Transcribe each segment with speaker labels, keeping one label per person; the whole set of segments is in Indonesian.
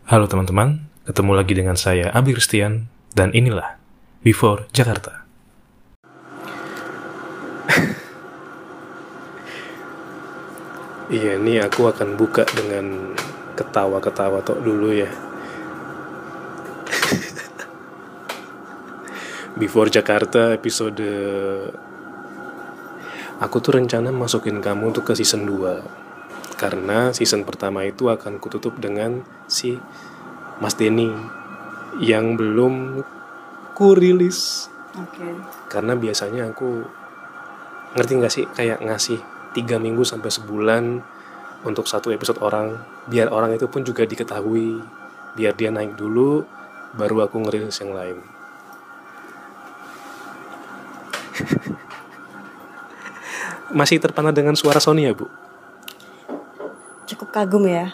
Speaker 1: Halo teman-teman, ketemu lagi dengan saya Abi Christian dan inilah Before Jakarta. Iya, ini aku akan buka dengan ketawa-ketawa tok dulu ya. Before Jakarta episode aku tuh rencana masukin kamu untuk ke season 2. Karena season pertama itu akan kututup dengan si Mas Denny yang belum kurilis.
Speaker 2: Oke.
Speaker 1: Karena biasanya aku ngerti gak sih kayak ngasih 3 minggu sampai sebulan untuk satu episode orang, biar orang itu pun juga diketahui, biar dia naik dulu baru aku ngerilis yang lain. Masih terpana dengan suara Sony ya, Bu?
Speaker 2: Cukup kagum ya.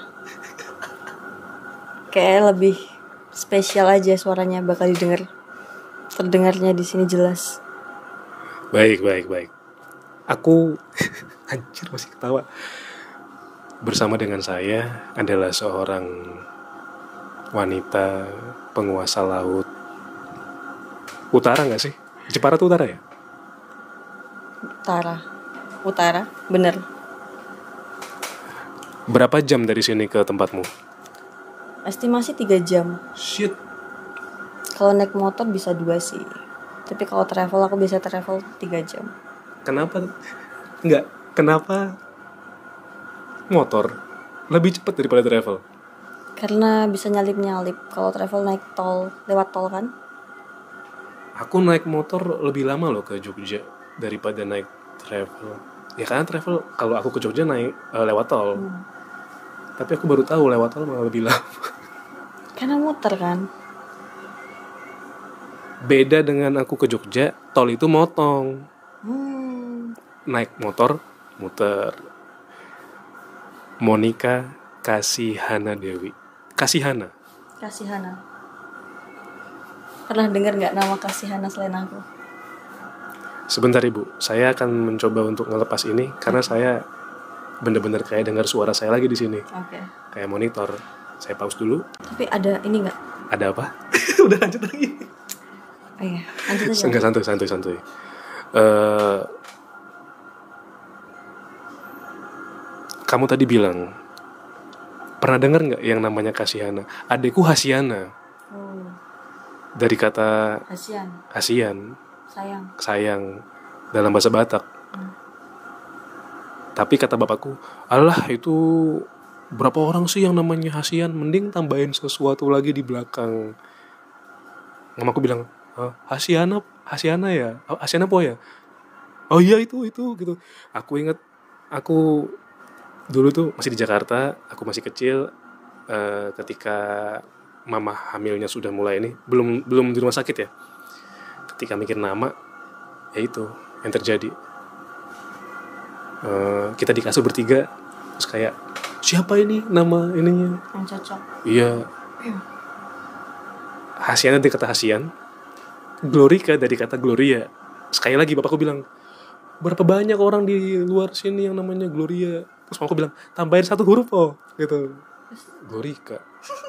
Speaker 2: Kayak lebih spesial aja suaranya bakal didengar. Terdengarnya di sini jelas.
Speaker 1: Baik. Aku anjir masih ketawa. Bersama dengan saya adalah seorang wanita penguasa laut. Utara gak sih? Jepara tuh utara ya?
Speaker 2: Utara, bener.
Speaker 1: Berapa jam dari sini ke tempatmu?
Speaker 2: Estimasi 3 jam.
Speaker 1: Shit.
Speaker 2: Kalau naik motor bisa 2 sih. Tapi kalau travel aku bisa travel 3 jam.
Speaker 1: Kenapa motor lebih cepat daripada travel?
Speaker 2: Karena bisa nyalip. Kalau travel naik tol, lewat tol kan?
Speaker 1: Aku naik motor lebih lama loh ke Jogja daripada naik travel. Ya karena travel kalau aku ke Jogja naik lewat tol. Tapi aku baru tahu lewat tol malah lebih lama.
Speaker 2: Karena muter kan?
Speaker 1: Beda dengan aku ke Jogja, tol itu motong. Naik motor, muter. Monica Kasihana Dewi. Kasihana.
Speaker 2: Pernah dengar nggak nama Kasihana selain aku?
Speaker 1: Sebentar Ibu, saya akan mencoba untuk ngelepas ini karena saya benar-benar kayak dengar suara saya lagi di sini.
Speaker 2: Oke.
Speaker 1: Kayak monitor. Saya pause dulu.
Speaker 2: Tapi ada ini nggak?
Speaker 1: Ada apa? Udah lanjut lagi.
Speaker 2: Oh iya, lanjut aja.
Speaker 1: Enggak, santuy. Kamu tadi bilang pernah dengar nggak yang namanya Kasihana? Adekku Hasiana. Dari kata Hasian. Sayang dalam bahasa Batak. Tapi kata bapakku, alah itu berapa orang sih yang namanya Hasian? Mending tambahin sesuatu lagi di belakang. Mamaku bilang, Hasiana ya? Hasiana apa ya? Oh iya itu gitu. Aku ingat, aku dulu tuh masih di Jakarta, aku masih kecil, ketika mama hamilnya sudah mulai ini, belum di rumah sakit ya. Ketika mikir nama, ya itu yang terjadi. Kita di kasur bertiga, terus kayak siapa ini nama ininya?
Speaker 2: Yang cocok.
Speaker 1: Iya. Hasiana dari kata Hasian, Glorika dari kata Gloria. Sekali lagi bapakku bilang, berapa banyak orang di luar sini yang namanya Gloria? Terus mamaku bilang, tambahin 1 huruf gitu. Glorika.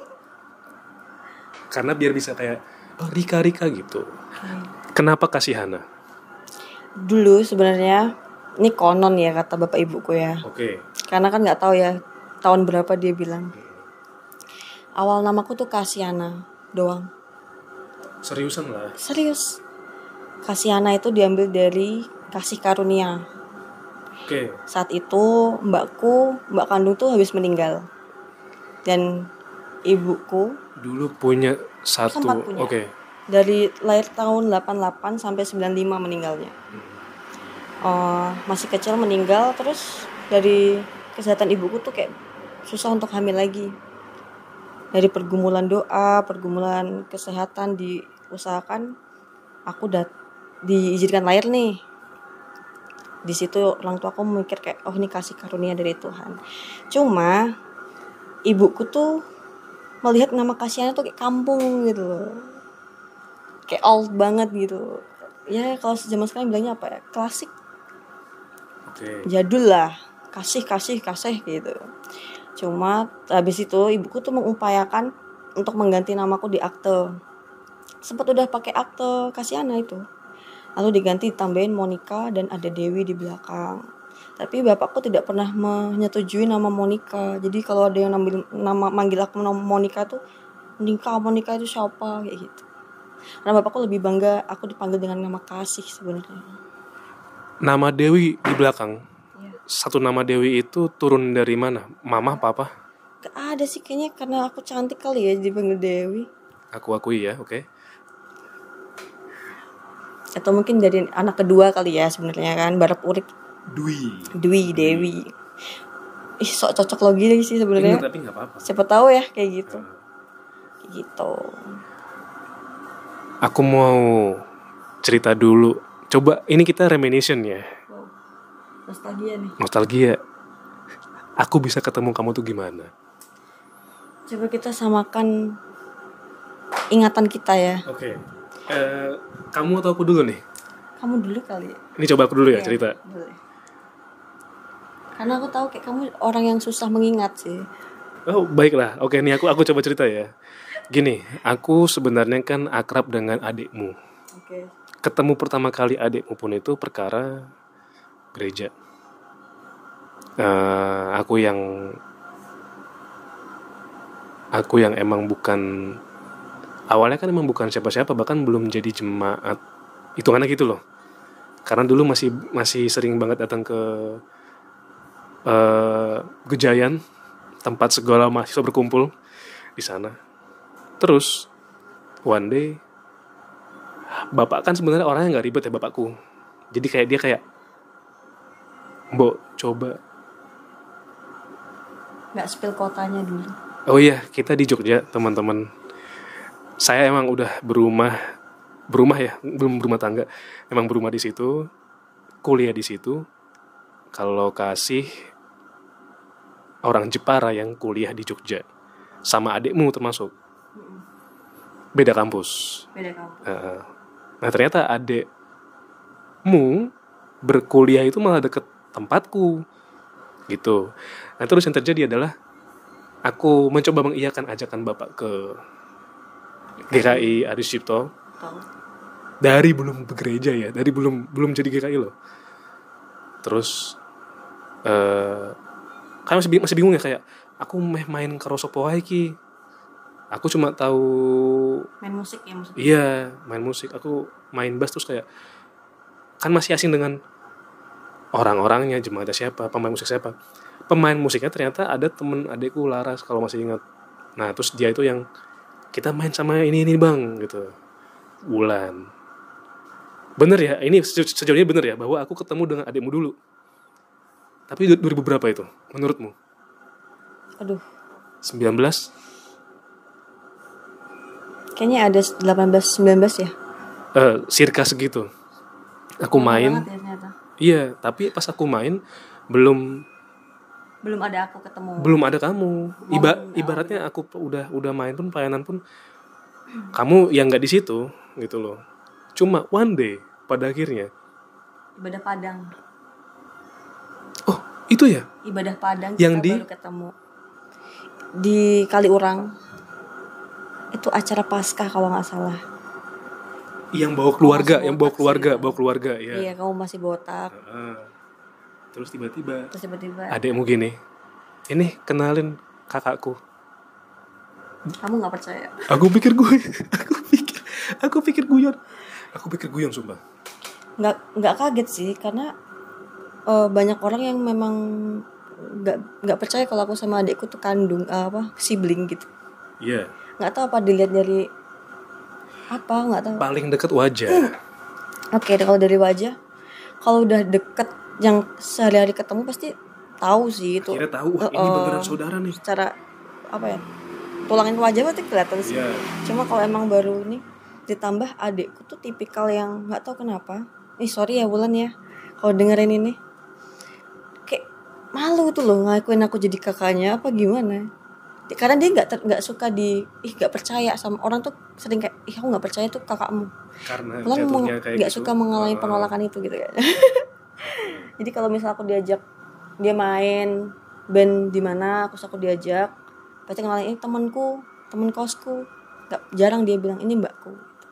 Speaker 1: Karena biar bisa kayak Rika gitu. Kenapa Kasihana?
Speaker 2: Dulu sebenarnya ini konon ya kata bapak ibuku ya.
Speaker 1: Oke.
Speaker 2: Karena kan nggak tahu ya tahun berapa dia bilang. Awal namaku tuh Kasiana doang.
Speaker 1: Seriusan lah.
Speaker 2: Serius. Kasiana itu diambil dari kasih karunia.
Speaker 1: Oke.
Speaker 2: Saat itu mbak kandung tuh habis meninggal. Dan ibuku
Speaker 1: dulu punya satu. Oke.
Speaker 2: Dari lahir tahun 88 sampai 95 meninggalnya. Masih kecil meninggal, terus dari kesehatan ibuku tuh kayak susah untuk hamil lagi. Dari pergumulan doa, pergumulan kesehatan diusahakan, aku diizinkan lahir nih. Di situ orang tua aku mikir kayak, oh ini kasih karunia dari Tuhan. Cuma ibuku tuh melihat nama Kasiana tuh kayak kampung gitu loh. Kayak old banget gitu. Ya kalau zaman sekarang bilangnya apa ya? Klasik.
Speaker 1: Okay.
Speaker 2: Jadul lah, kasih gitu. Cuma habis itu ibuku tuh mengupayakan untuk mengganti namaku di akte. Sempat udah pakai akte Kasiana itu, lalu diganti ditambahin Monica dan ada Dewi di belakang. Tapi bapakku tidak pernah menyetujui nama Monica. Jadi kalau ada yang manggil aku nama Monica tuh, Monica itu siapa kayak gitu. Karena bapakku lebih bangga aku dipanggil dengan nama Kasih sebenarnya.
Speaker 1: Nama Dewi di belakang.
Speaker 2: Ya.
Speaker 1: Satu nama Dewi itu turun dari mana? Mama, papa?
Speaker 2: Gak ada sih, kayaknya karena aku cantik kali ya dipanggil Dewi.
Speaker 1: Aku akui ya, oke.
Speaker 2: Atau mungkin dari anak kedua kali ya sebenarnya kan, Barep Urip. Dewi. Ih, sok cocok logi sih sebenarnya.
Speaker 1: Tapi nggak apa-apa.
Speaker 2: Siapa tahu ya kayak gitu. Kayak gitu.
Speaker 1: Aku mau cerita dulu. Coba ini kita reminiscence ya.
Speaker 2: Wow. Nostalgia nih.
Speaker 1: Nostalgia. Aku bisa ketemu kamu tuh gimana?
Speaker 2: Coba kita samakan ingatan kita ya.
Speaker 1: Oke. Kamu atau aku dulu nih?
Speaker 2: Kamu dulu kali ya.
Speaker 1: Ini coba aku dulu ya cerita.
Speaker 2: Boleh. Karena aku tahu kayak kamu orang yang susah mengingat sih.
Speaker 1: Oh baiklah. Oke nih aku coba cerita ya. Gini, aku sebenarnya kan akrab dengan adikmu.
Speaker 2: Oke.
Speaker 1: Ketemu pertama kali adikmu pun itu perkara gereja. Aku yang emang bukan, awalnya kan emang bukan siapa-siapa, bahkan belum jadi jemaat hitungannya gitu loh. Karena dulu masih sering banget datang ke Gejayan, tempat segala mahasiswa berkumpul di sana. Terus one day, bapak kan sebenarnya orangnya nggak ribet ya bapakku. Jadi dia kayak, Mbok coba.
Speaker 2: Nggak spill kotanya dulu.
Speaker 1: Oh iya, kita di Jogja teman-teman. Saya emang udah berumah ya, belum berumah tangga. Emang berumah di situ, kuliah di situ. Kalau Kasih orang Jepara yang kuliah di Jogja, sama adikmu termasuk. Beda kampus. Nah ternyata adikmu berkuliah itu malah deket tempatku gitu. Nah terus yang terjadi adalah aku mencoba mengiyakan ajakan bapak ke GKI Adi Sucipto. Dari belum bergereja ya, dari belum jadi GKI loh. Terus kan masih bingung ya, kayak aku main karo sopo wae iki. Aku cuma tahu
Speaker 2: main musik ya maksudnya.
Speaker 1: Iya, main musik. Aku main bass terus kayak kan masih asing dengan orang-orangnya, jemaatnya siapa, pemain musik siapa. Pemain musiknya ternyata ada temen adekku Laras kalau masih ingat. Nah, terus dia itu yang kita main sama ini bang gitu. Wulan. Bener ya, ini sejauh ini bener ya bahwa aku ketemu dengan adekmu dulu. Tapi 2000 berapa itu menurutmu?
Speaker 2: Aduh.
Speaker 1: 19?
Speaker 2: Kayaknya ada 18-19 ya.
Speaker 1: Circa segitu. Aku main.
Speaker 2: Ya, ternyata.
Speaker 1: Iya, tapi pas aku main belum
Speaker 2: ada aku ketemu.
Speaker 1: Belum ada kamu. Ibaratnya aku udah main pun, pelayanan pun kamu yang nggak di situ gitu loh. Cuma one day pada akhirnya
Speaker 2: ibadah Padang.
Speaker 1: Oh, itu ya?
Speaker 2: Ibadah Padang
Speaker 1: yang
Speaker 2: kita baru ketemu di Kaliurang. Itu acara Paskah kalau nggak salah.
Speaker 1: Yang bawa keluarga, ya.
Speaker 2: Iya, kamu masih botak.
Speaker 1: Terus tiba-tiba adekmu gini, ini kenalin kakakku.
Speaker 2: Kamu nggak percaya?
Speaker 1: Aku pikir guyon sumpah.
Speaker 2: Nggak kaget sih, karena banyak orang yang memang nggak percaya kalau aku sama adekku tuh sibling gitu.
Speaker 1: Iya.
Speaker 2: Nggak tahu apa dilihat dari apa, nggak tahu.
Speaker 1: Paling deket wajah.
Speaker 2: Oke, kalau dari wajah, kalau udah deket yang sehari-hari ketemu pasti tahu sih itu.
Speaker 1: Kira tahu, wah ini beneran saudara nih.
Speaker 2: Secara apa ya? Tulangin wajah pasti kelihatan sih.
Speaker 1: Yeah.
Speaker 2: Cuma kalau emang baru ini ditambah adekku tuh tipikal yang nggak tahu kenapa. Sorry ya Wulan ya, kalau dengerin ini kayak malu tuh loh ngakuin aku jadi kakaknya apa gimana. Karena dia nggak suka nggak percaya sama orang tuh, sering kayak aku nggak percaya tuh kakakmu.
Speaker 1: Karena
Speaker 2: jatuhnya kayak nggak
Speaker 1: gitu.
Speaker 2: Suka mengalami penolakan itu gitu ya. Jadi kalau misal aku diajak dia main band di mana, aku diajak, pasti kenalin ini temanku temen kosku, jarang dia bilang ini mbakku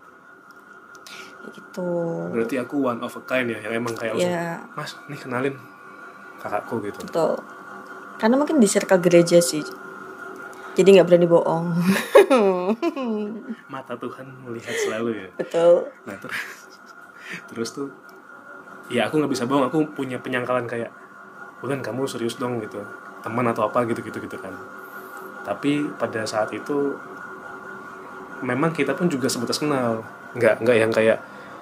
Speaker 2: gitu.
Speaker 1: Berarti aku one of a kind ya, yang emang kayak langsung, Mas, nih kenalin kakakku gitu.
Speaker 2: Betul. Karena mungkin di circle gereja sih, jadi nggak berani bohong.
Speaker 1: Mata Tuhan melihat selalu ya.
Speaker 2: Betul.
Speaker 1: Nah terus tuh, ya aku nggak bisa bohong, aku punya penyangkalan kayak, bukan kamu serius dong gitu, teman atau apa gitu kan. Tapi pada saat itu memang kita pun juga sebatas kenal, nggak yang kayak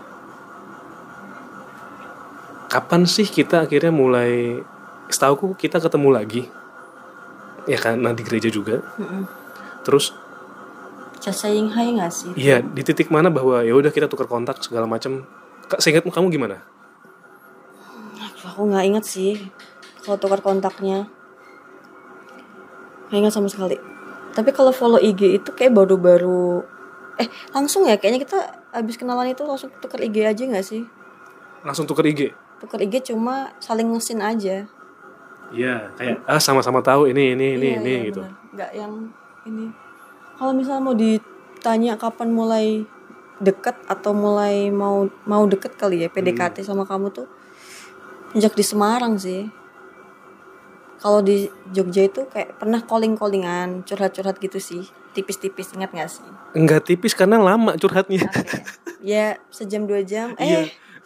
Speaker 1: kapan sih kita akhirnya mulai, setauku kita ketemu lagi ya karena di gereja juga. Terus
Speaker 2: just saying hi nggak sih?
Speaker 1: Iya, di titik mana bahwa ya udah kita tukar kontak segala macam. Seingatmu kamu gimana?
Speaker 2: Aku nggak ingat sih kalau tukar kontaknya, nggak ingat sama sekali. Tapi kalau follow IG itu kayak baru-baru langsung ya, kayaknya kita abis kenalan itu langsung tukar IG aja nggak sih?
Speaker 1: Langsung tukar IG?
Speaker 2: Tukar IG cuma saling ngesin aja.
Speaker 1: Iya, kayak sama-sama tahu ini gitu.
Speaker 2: Bener. Nggak yang ini. Kalau misalnya mau ditanya kapan mulai deket atau mulai mau deket kali ya PDKT sama kamu tuh, sejak di Semarang sih. Kalau di Jogja itu kayak pernah callingan, curhat-curhat gitu sih, tipis-tipis, ingat nggak sih?
Speaker 1: Enggak tipis karena lama curhatnya.
Speaker 2: Okay. Ya 1-2 jam.
Speaker 1: Iya.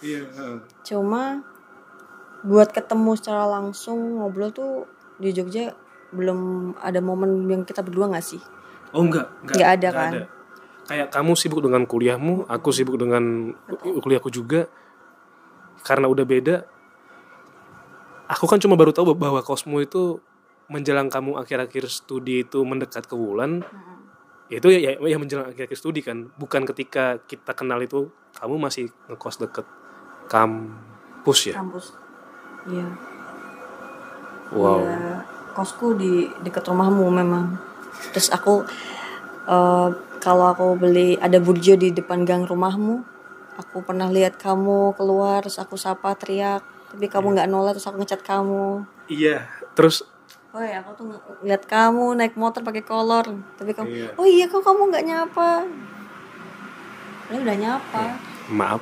Speaker 2: Cuma buat ketemu secara langsung ngobrol tuh di Jogja belum ada momen yang kita berdua nggak sih?
Speaker 1: Oh enggak
Speaker 2: ada kan?
Speaker 1: Ada. Kayak kamu sibuk dengan kuliahmu, aku sibuk dengan kuliahku juga. Karena udah beda. Aku kan cuma baru tahu bahwa Cosmo itu menjelang kamu akhir-akhir studi itu mendekat ke Wulan. Itu ya menjelang akhir-akhir studi kan, bukan ketika kita kenal itu kamu masih ngekos deket kampus ya?
Speaker 2: Kampus. Iya.
Speaker 1: Wow.
Speaker 2: Ya, kosku di dekat rumahmu memang. Terus aku kalau aku beli ada burjo di depan gang rumahmu, aku pernah lihat kamu keluar, terus aku sapa teriak, tapi kamu nggak nolak, terus aku ngechat kamu.
Speaker 1: Iya. Terus
Speaker 2: aku tuh lihat kamu naik motor pakai kolor, tapi kamu kok kamu nggak nyapa? Udah nyapa.
Speaker 1: Maaf.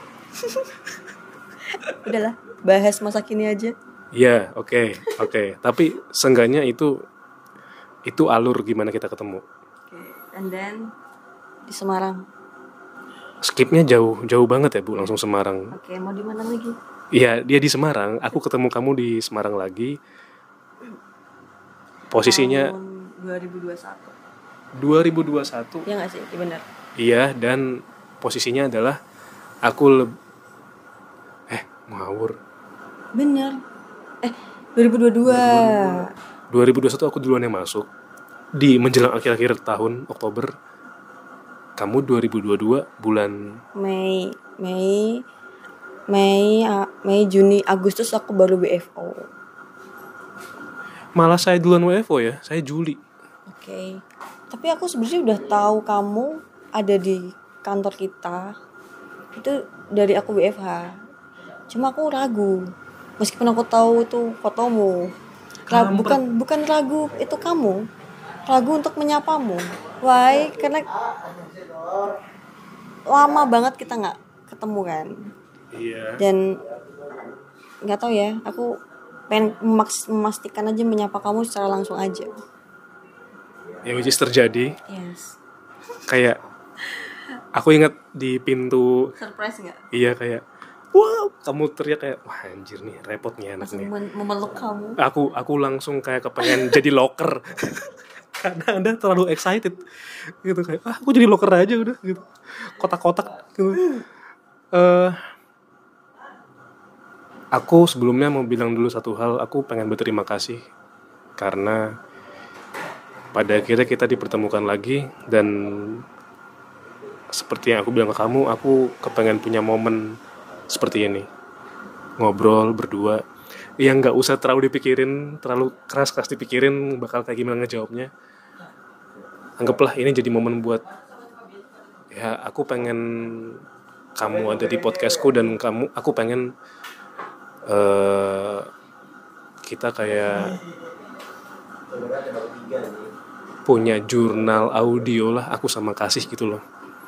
Speaker 2: Udahlah, bahas masa kini aja.
Speaker 1: Iya, oke. Tapi seenggaknya itu alur gimana kita ketemu.
Speaker 2: And then di Semarang.
Speaker 1: Skipnya jauh banget ya Bu, langsung Semarang.
Speaker 2: Oke, mau di mana lagi?
Speaker 1: Iya, dia di Semarang. Aku ketemu kamu di Semarang lagi. Posisinya
Speaker 2: tahun 2021.
Speaker 1: 2021.
Speaker 2: Iya nggak sih? Iya benar.
Speaker 1: Iya, dan posisinya adalah aku ngawur.
Speaker 2: Bener. 2022.
Speaker 1: 2021 aku duluan yang masuk. Di menjelang akhir-akhir tahun Oktober. Kamu 2022 bulan Mei,
Speaker 2: Juni, Agustus aku baru WFO.
Speaker 1: Malah saya duluan WFO ya, saya Juli.
Speaker 2: Oke. Tapi aku sebenarnya udah tahu kamu ada di kantor kita. Itu dari aku WFH. Cuma aku ragu. Meskipun aku tahu itu fotomu. Bukan ragu itu kamu. Ragu untuk menyapamu. Why? Karena lama banget kita nggak ketemu kan.
Speaker 1: Iya.
Speaker 2: Dan nggak tahu ya, aku pengen memastikan aja menyapa kamu secara langsung aja.
Speaker 1: Ya which is terjadi.
Speaker 2: Yes.
Speaker 1: Kayak aku ingat di pintu.
Speaker 2: Surprise nggak?
Speaker 1: Iya kayak, wah kamu teriak kayak, wah anjir nih repot nih anak nih.
Speaker 2: Memeluk kamu.
Speaker 1: Aku langsung kayak kepengen jadi locker. Karena Anda terlalu excited gitu kayak, aku jadi locker aja udah gitu. Kotak-kotak gitu. Aku sebelumnya mau bilang dulu satu hal, aku pengen berterima kasih karena pada akhirnya kita dipertemukan lagi, dan seperti yang aku bilang ke kamu, aku kepengen punya momen seperti ini, ngobrol berdua yang nggak usah terlalu dipikirin, terlalu keras dipikirin bakal kayak gimana ngejawabnya. Anggaplah ini jadi momen buat ya, aku pengen kamu ada di podcastku, dan aku pengen kita kayak punya jurnal audio lah aku sama Kasih gitu loh.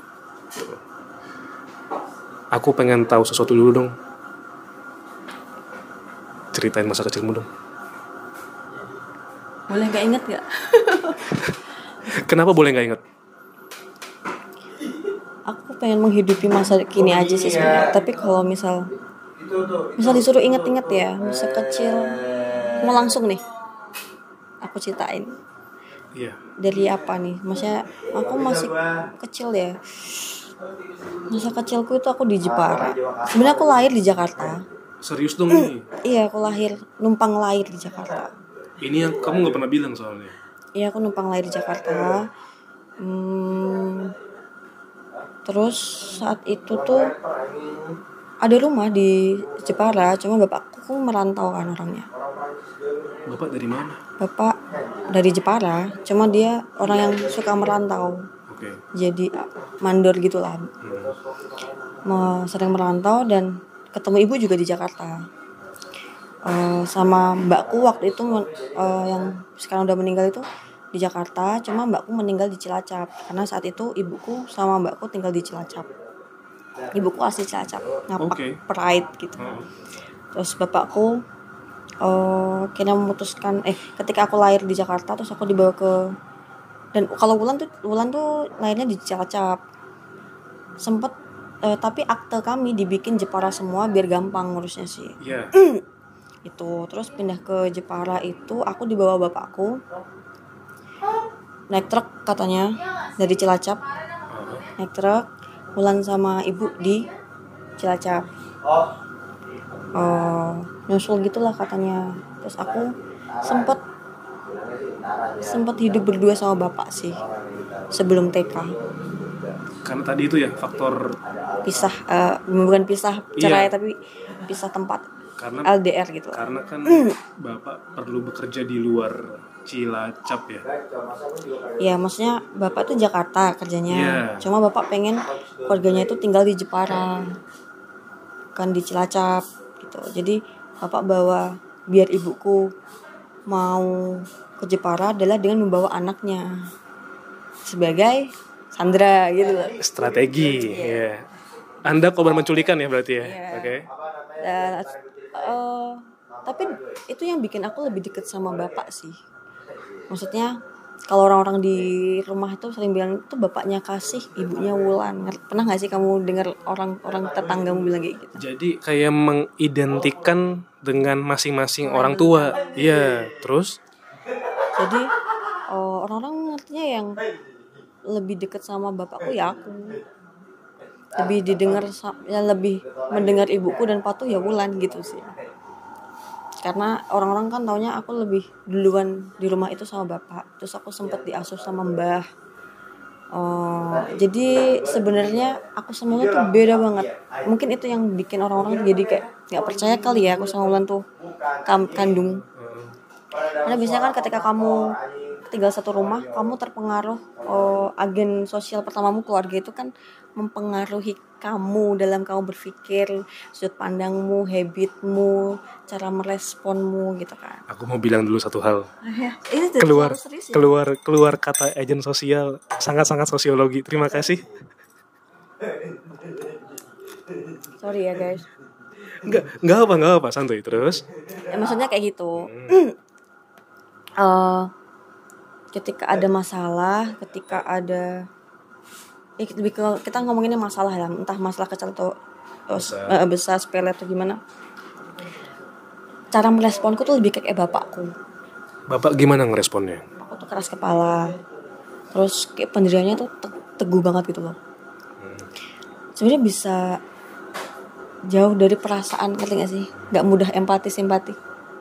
Speaker 1: Aku pengen tahu sesuatu dulu dong. Ceritain masa kecilmu dong.
Speaker 2: Boleh nggak inget nggak?
Speaker 1: Kenapa boleh nggak inget?
Speaker 2: Aku pengen menghidupi masa kini aja sih sebenarnya. Tapi kalau misal disuruh inget-inget ya masa kecil, mau langsung nih aku ceritain.
Speaker 1: Iya.
Speaker 2: Dari apa nih? Maksudnya aku masih kecil ya. Masa kecilku itu aku di Jepara. Sebenarnya aku lahir di Jakarta.
Speaker 1: Serius dong nih.
Speaker 2: Iya, aku numpang lahir di Jakarta.
Speaker 1: Ini yang kamu nggak pernah bilang soalnya.
Speaker 2: Iya, aku numpang lahir di Jakarta. Terus saat itu tuh ada rumah di Jepara, cuma bapakku merantau kan orangnya.
Speaker 1: Bapak dari mana?
Speaker 2: Bapak dari Jepara, cuma dia orang yang suka merantau.
Speaker 1: Oke.
Speaker 2: Jadi mandor gitulah. Sering merantau dan ketemu ibu juga di Jakarta. Sama mbakku waktu itu yang sekarang udah meninggal itu di Jakarta, cuma mbakku meninggal di Cilacap karena saat itu ibuku sama mbakku tinggal di Cilacap. Ibuku asli Cilacap, Ngapak Pride gitu. Terus bapakku kayaknya memutuskan ketika aku lahir di Jakarta terus aku dibawa ke, dan kalau Wulan tuh lahirnya di Cilacap. Sempet tapi akte kami dibikin Jepara semua biar gampang ngurusnya sih.
Speaker 1: Iya.
Speaker 2: Itu terus pindah ke Jepara itu aku dibawa bapakku naik truk katanya dari Cilacap. Naik truk Wulan sama ibu di Cilacap. Nyusul gitulah katanya. Terus aku sempet hidup berdua sama bapak sih sebelum TK.
Speaker 1: Karena tadi itu ya faktor
Speaker 2: Pisah, bukan pisah cerai tapi pisah tempat.
Speaker 1: Karena
Speaker 2: LDR gitu.
Speaker 1: Karena kan bapak perlu bekerja di luar Cilacap ya.
Speaker 2: Iya, maksudnya bapak tuh Jakarta kerjanya.
Speaker 1: Yeah.
Speaker 2: Cuma bapak pengen keluarganya itu tinggal di Jepara, kan di Cilacap gitu. Jadi bapak bawa biar ibuku mau ke Jepara adalah dengan membawa anaknya sebagai Sandra gitu loh.
Speaker 1: Strategi. Yeah. Anda korban menculikan ya berarti ya.
Speaker 2: Yeah.
Speaker 1: Oke.
Speaker 2: Tapi itu yang bikin aku lebih deket sama bapak sih. Maksudnya kalau orang-orang di rumah itu sering bilang itu bapaknya Kasih, ibunya Wulan. Pernah nggak sih kamu dengar orang-orang tetanggamu bilang kayak gitu?
Speaker 1: Jadi kayak mengidentikan dengan masing-masing orang tua. Iya, terus?
Speaker 2: Jadi orang-orang ngertinya yang lebih deket sama bapakku ya aku. Lebih mendengar ibuku dan patuh ya Wulan gitu sih. Karena orang-orang kan taunya aku lebih duluan di rumah itu sama bapak. Terus aku sempat diasuh sama mbah. Jadi sebenarnya aku sama Wulan tuh beda banget. Mungkin itu yang bikin orang-orang jadi kayak nggak percaya kali ya aku sama Wulan tuh kandung. Karena biasanya kan ketika kamu tinggal satu rumah, kamu terpengaruh agen sosial pertamamu keluarga itu kan mempengaruhi kamu dalam kamu berpikir, sudut pandangmu, habitmu, cara meresponmu gitu kan.
Speaker 1: Aku mau bilang dulu satu hal.
Speaker 2: Ini
Speaker 1: keluar kata agen sosial sangat-sangat sosiologi. Terima kasih.
Speaker 2: Sorry ya guys.
Speaker 1: Enggak apa santuy terus.
Speaker 2: Ya, maksudnya kayak gitu. Ketika ada masalah, lebih ke kita ngomonginnya masalah lah, entah masalah kecil atau besar, sepele atau gimana. Cara meresponku tuh lebih kayak bapakku.
Speaker 1: Bapak gimana ngeresponnya?
Speaker 2: Aku tuh keras kepala, terus kayak pendiriannya tuh teguh banget gitu loh. Sebenarnya bisa jauh dari perasaan, ngerti gak sih? Gak mudah simpati.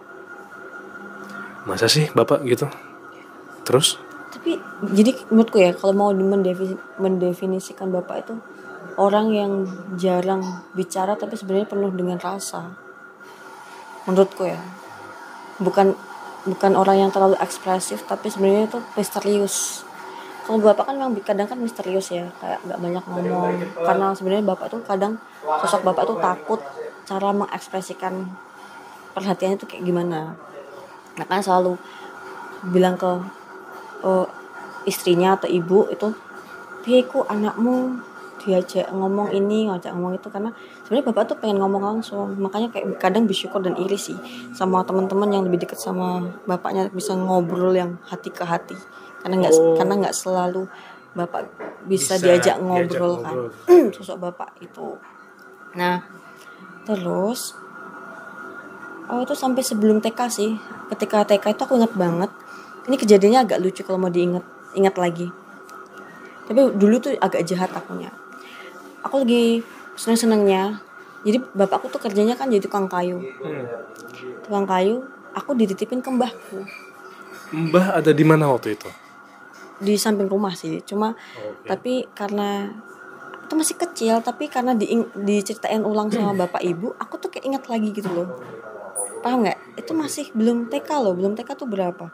Speaker 1: Masa sih bapak gitu? Terus?
Speaker 2: Tapi jadi menurutku ya, kalau mau mendefinisikan bapak itu orang yang jarang bicara tapi sebenarnya penuh dengan rasa. Menurutku ya, bukan orang yang terlalu ekspresif tapi sebenarnya itu misterius. Kalau bapak kan memang kadang kan misterius ya, kayak nggak banyak ngomong. Karena sebenarnya bapak tuh kadang sosok bapak tuh takut cara mengekspresikan perhatiannya tuh kayak gimana. Nah kan selalu bilang ke istrinya atau ibu itu, piye ku anakmu diajak ngomong ini, ngajak ngomong itu, karena sebenarnya bapak tuh pengen ngomong langsung. Makanya kayak kadang bersyukur dan iri sih sama teman-teman yang lebih dekat sama bapaknya, bisa ngobrol yang hati ke hati, karena nggak selalu bapak bisa diajak ngobrol kan sosok bapak itu. Nah terus itu sampai sebelum TK sih. Ketika TK itu aku ingat banget, ini kejadiannya agak lucu kalau mau ingat lagi, tapi dulu tuh agak jahat akunya. Aku lagi seneng-senengnya, jadi bapakku tuh kerjanya kan jadi tukang kayu. Tukang kayu, aku dititipin ke mbahku.
Speaker 1: Mbah ada di mana waktu itu?
Speaker 2: Di samping rumah sih, cuma tapi karena itu masih kecil, tapi karena diceritain ulang sama bapak ibu, aku tuh kayak ingat lagi gitu loh. Paham nggak? Itu masih belum TK loh, belum TK tuh berapa?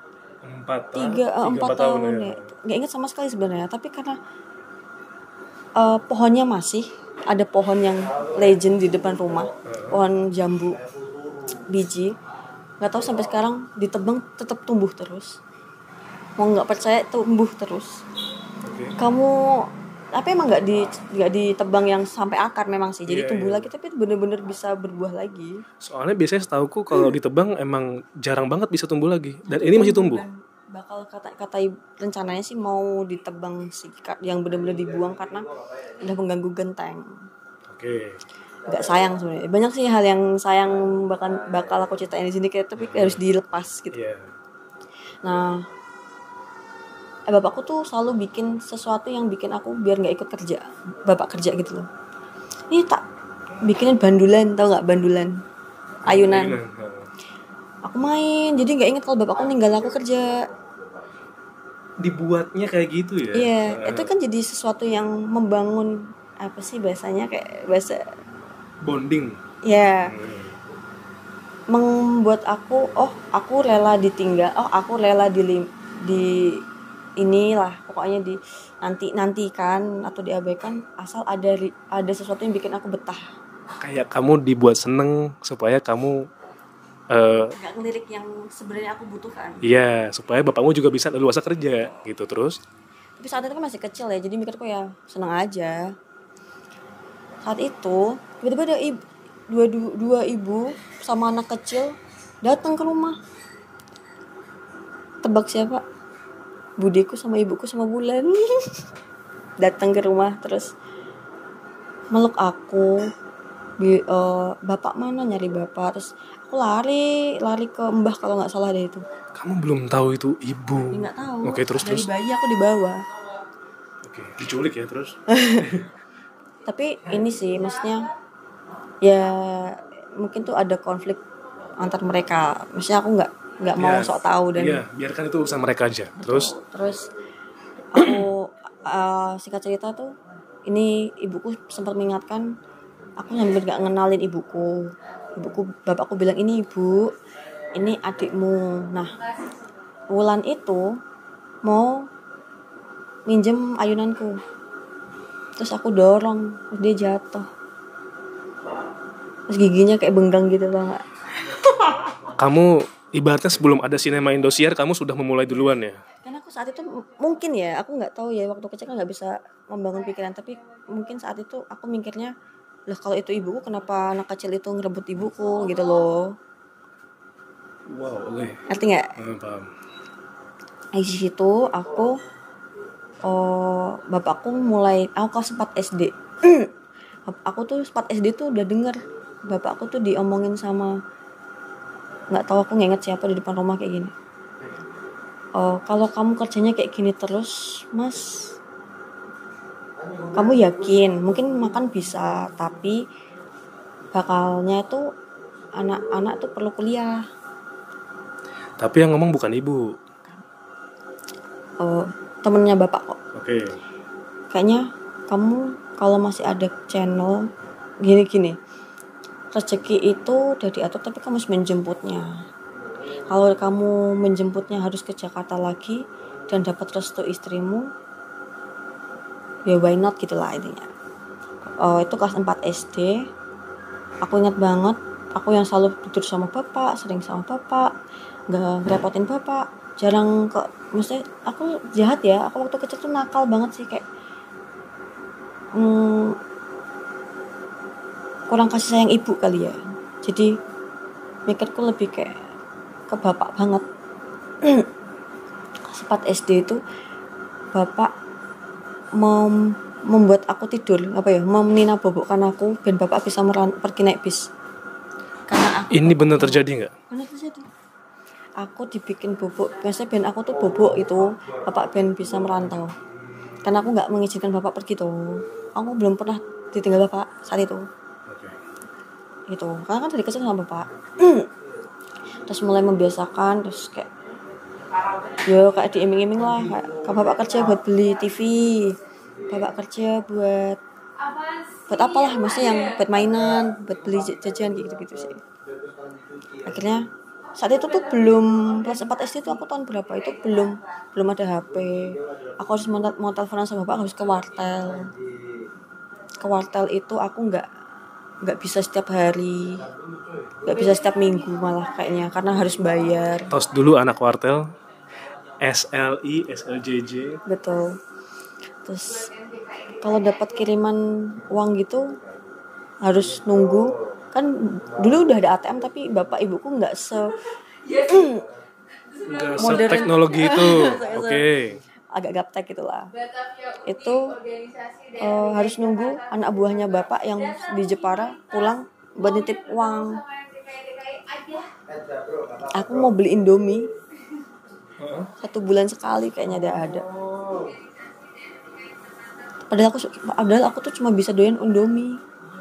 Speaker 2: 4 tahun ya. Nggak ingat sama sekali sebenarnya, tapi karena pohonnya masih ada, pohon yang legend di depan rumah, pohon jambu biji, nggak tahu sampai sekarang ditebang tetap tumbuh terus. Mau nggak percaya, tumbuh terus. Kamu emang nggak ditebang yang sampai akar memang sih, jadi tumbuh lagi, tapi bener-bener bisa berbuah lagi.
Speaker 1: Soalnya biasanya setauku kalau ditebang emang jarang banget bisa tumbuh lagi, dan ini masih tumbuh.
Speaker 2: Bakal kata rencananya sih mau ditebang sih, yang benar-benar dibuang karena udah mengganggu genteng. Agak sayang sebenarnya. Banyak sih hal yang sayang bakal aku ceritain di sini, kayak tapi harus dilepas gitu. Nah, bapakku tuh selalu bikin sesuatu yang bikin aku biar nggak ikut kerja. Bapak kerja gitu loh. Ini tak bikinin bandulan, tau nggak bandulan? Ayunan. Aku main, jadi nggak inget kalau bapakku ninggal aku kerja.
Speaker 1: Dibuatnya kayak gitu ya?
Speaker 2: Iya, itu kan jadi sesuatu yang membangun apa sih bahasanya, kayak bahasa
Speaker 1: bonding.
Speaker 2: Ya, membuat aku rela ditinggal, aku rela di inilah pokoknya di nantikan atau diabaikan, asal ada sesuatu yang bikin aku betah.
Speaker 1: Kayak kamu dibuat seneng supaya kamu
Speaker 2: nggak ngelirik yang sebenarnya aku butuhkan.
Speaker 1: Iya, supaya bapakmu juga bisa leluasa kerja gitu. Terus
Speaker 2: tapi saat itu kan masih kecil ya, jadi mikirku ya seneng aja. Saat itu tiba-tiba ada dua ibu sama anak kecil datang ke rumah. Tebak siapa? Budeku sama ibuku sama Bulan. Datang ke rumah terus meluk aku. Bapak mana, nyari bapak. Terus aku lari ke mbah kalau nggak salah deh itu.
Speaker 1: Kamu belum tahu itu ibu?
Speaker 2: Nggak tahu.
Speaker 1: Oke, terus
Speaker 2: dari bayi aku dibawa.
Speaker 1: Oke, diculik ya terus.
Speaker 2: Tapi ini sih maksudnya ya mungkin tuh ada konflik antar mereka. Maksudnya aku nggak mau sok tahu dan
Speaker 1: biarkan itu urusan mereka aja. Terus
Speaker 2: aku singkat cerita tuh, ini ibuku sempat mengingatkan aku sambil gak ngenalin ibuku. Bapakku bilang, ini ibu, ini adikmu. Nah, Wulan itu mau minjem ayunanku, terus aku dorong, terus dia jatuh, terus giginya kayak benggang gitu, tau gak?
Speaker 1: Kamu ibaratnya sebelum ada sinema Indosiar, kamu sudah memulai duluan ya?
Speaker 2: Karena aku saat itu mungkin ya, aku nggak tahu ya, waktu kecil kan nggak bisa membangun pikiran, tapi mungkin saat itu aku mikirnya, lah kalau itu ibuku, kenapa anak kecil itu ngerebut ibuku gitu loh.
Speaker 1: Wow, oke.
Speaker 2: Ngerti nggak?
Speaker 1: Paham.
Speaker 2: Di situ aku, bapakku aku kelas 4 SD. Aku tuh 4 SD tuh udah denger bapakku tuh diomongin sama, nggak tahu, aku nggak inget siapa, di depan rumah kayak gini. Kalau kamu kerjanya kayak gini terus, Mas, kamu yakin mungkin makan bisa, tapi bakalnya tuh anak-anak tuh perlu kuliah.
Speaker 1: Tapi yang ngomong bukan ibu.
Speaker 2: Temennya bapak kok.
Speaker 1: Oke.
Speaker 2: Kayaknya kamu kalau masih ada channel gini, rezeki itu udah diatur, tapi kamu harus menjemputnya. Kalau kamu menjemputnya harus ke Jakarta lagi dan dapat restu istrimu, ya why not gitulah intinya. Itu kelas 4 SD. Aku ingat banget, aku yang selalu tidur sama bapak, sering sama bapak, gak ngerepotin bapak. jarang kok, maksudnya aku jahat ya, aku waktu kecil tuh nakal banget sih, kayak kurang kasih sayang ibu kali ya, jadi mikirku lebih kayak ke bapak banget. Sempat SD itu bapak membuat aku tidur, menina bobokkan aku dan bapak bisa pergi naik bis. Karena aku
Speaker 1: Ini benar terjadi nggak?
Speaker 2: benar terjadi. Aku dibikin bobok, biasanya ben aku tuh bobok itu bapak ben bisa merantau. Karena aku nggak mengizinkan bapak pergi tuh. Aku belum pernah ditinggal bapak saat itu. Gitu. Karena kan dari kecil sama bapak. Terus mulai membiasakan, terus kayak kayak diiming-iming lah, kayak bapak kerja buat beli TV, bapak kerja buat apalah, maksudnya yang buat mainan, buat beli jajan gitu sih. Akhirnya saat itu tuh belum kelas 4 SD tuh, aku tahun berapa itu belum ada HP. Aku harus mau teleponan sama bapak, harus ke wartel itu aku nggak bisa setiap hari, nggak bisa setiap minggu malah kayaknya, karena harus bayar.
Speaker 1: Tos dulu anak wartel, SLI, SLJJ.
Speaker 2: Betul. Terus kalau dapat kiriman uang gitu harus nunggu. Kan dulu udah ada ATM tapi bapak ibuku nggak modern.
Speaker 1: Teknologi itu. Oke.
Speaker 2: Agak gaptek gitulah. Itu harus nunggu anak buahnya bapak yang di Jepara pulang buat nitip uang. Aku mau beli Indomie 1 bulan sekali kayaknya ada. Padahal aku tuh cuma bisa doyan Indomie.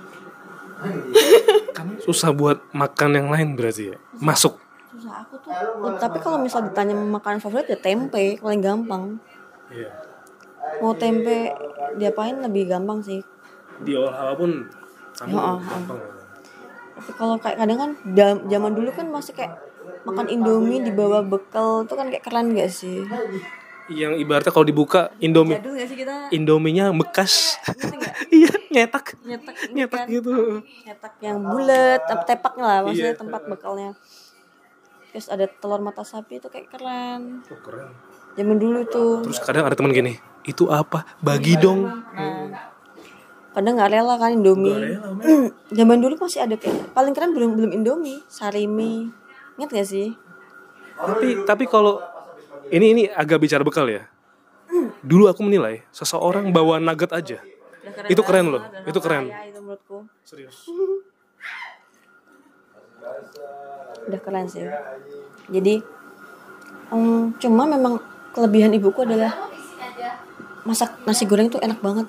Speaker 1: Kamu susah buat makan yang lain berarti ya? Masuk.
Speaker 2: Susah aku tuh. Tapi kalau misal ditanya makanan favorit ya tempe, paling gampang.
Speaker 1: Iya.
Speaker 2: Mau tempe diapain lebih gampang sih.
Speaker 1: Diolah apapun sama gampang.
Speaker 2: Tapi kalau kayak kadang kan zaman dulu kan masih kayak makan Indomie dibawa bekal tuh kan kayak keren gak sih?
Speaker 1: Yang ibaratnya kalau dibuka Indomie,
Speaker 2: Jadul gak sih kita?
Speaker 1: Indominya bekas. Iya, nyetak
Speaker 2: kan?
Speaker 1: gitu.
Speaker 2: Nyetak yang bulat, tepaknya lah maksudnya, tempat bekalnya. Terus ada telur mata sapi itu kayak keren.
Speaker 1: Oh, keren.
Speaker 2: Zaman dulu tuh.
Speaker 1: Terus kadang ada teman gini, itu apa? Bagi dong.
Speaker 2: Kadang nggak rela kan Indomie. Zaman dulu masih ada kayak paling keren belum Indomie, Sarimi. Ingat gak sih?
Speaker 1: Tapi kalau ini agak bicara bekal ya. Dulu aku menilai seseorang bawa nugget aja. Itu keren loh. Itu keren.
Speaker 2: Itu menurutku.
Speaker 1: Serius.
Speaker 2: Udah keren sih. Jadi cuma memang kelebihan ibuku adalah masak nasi goreng itu enak banget.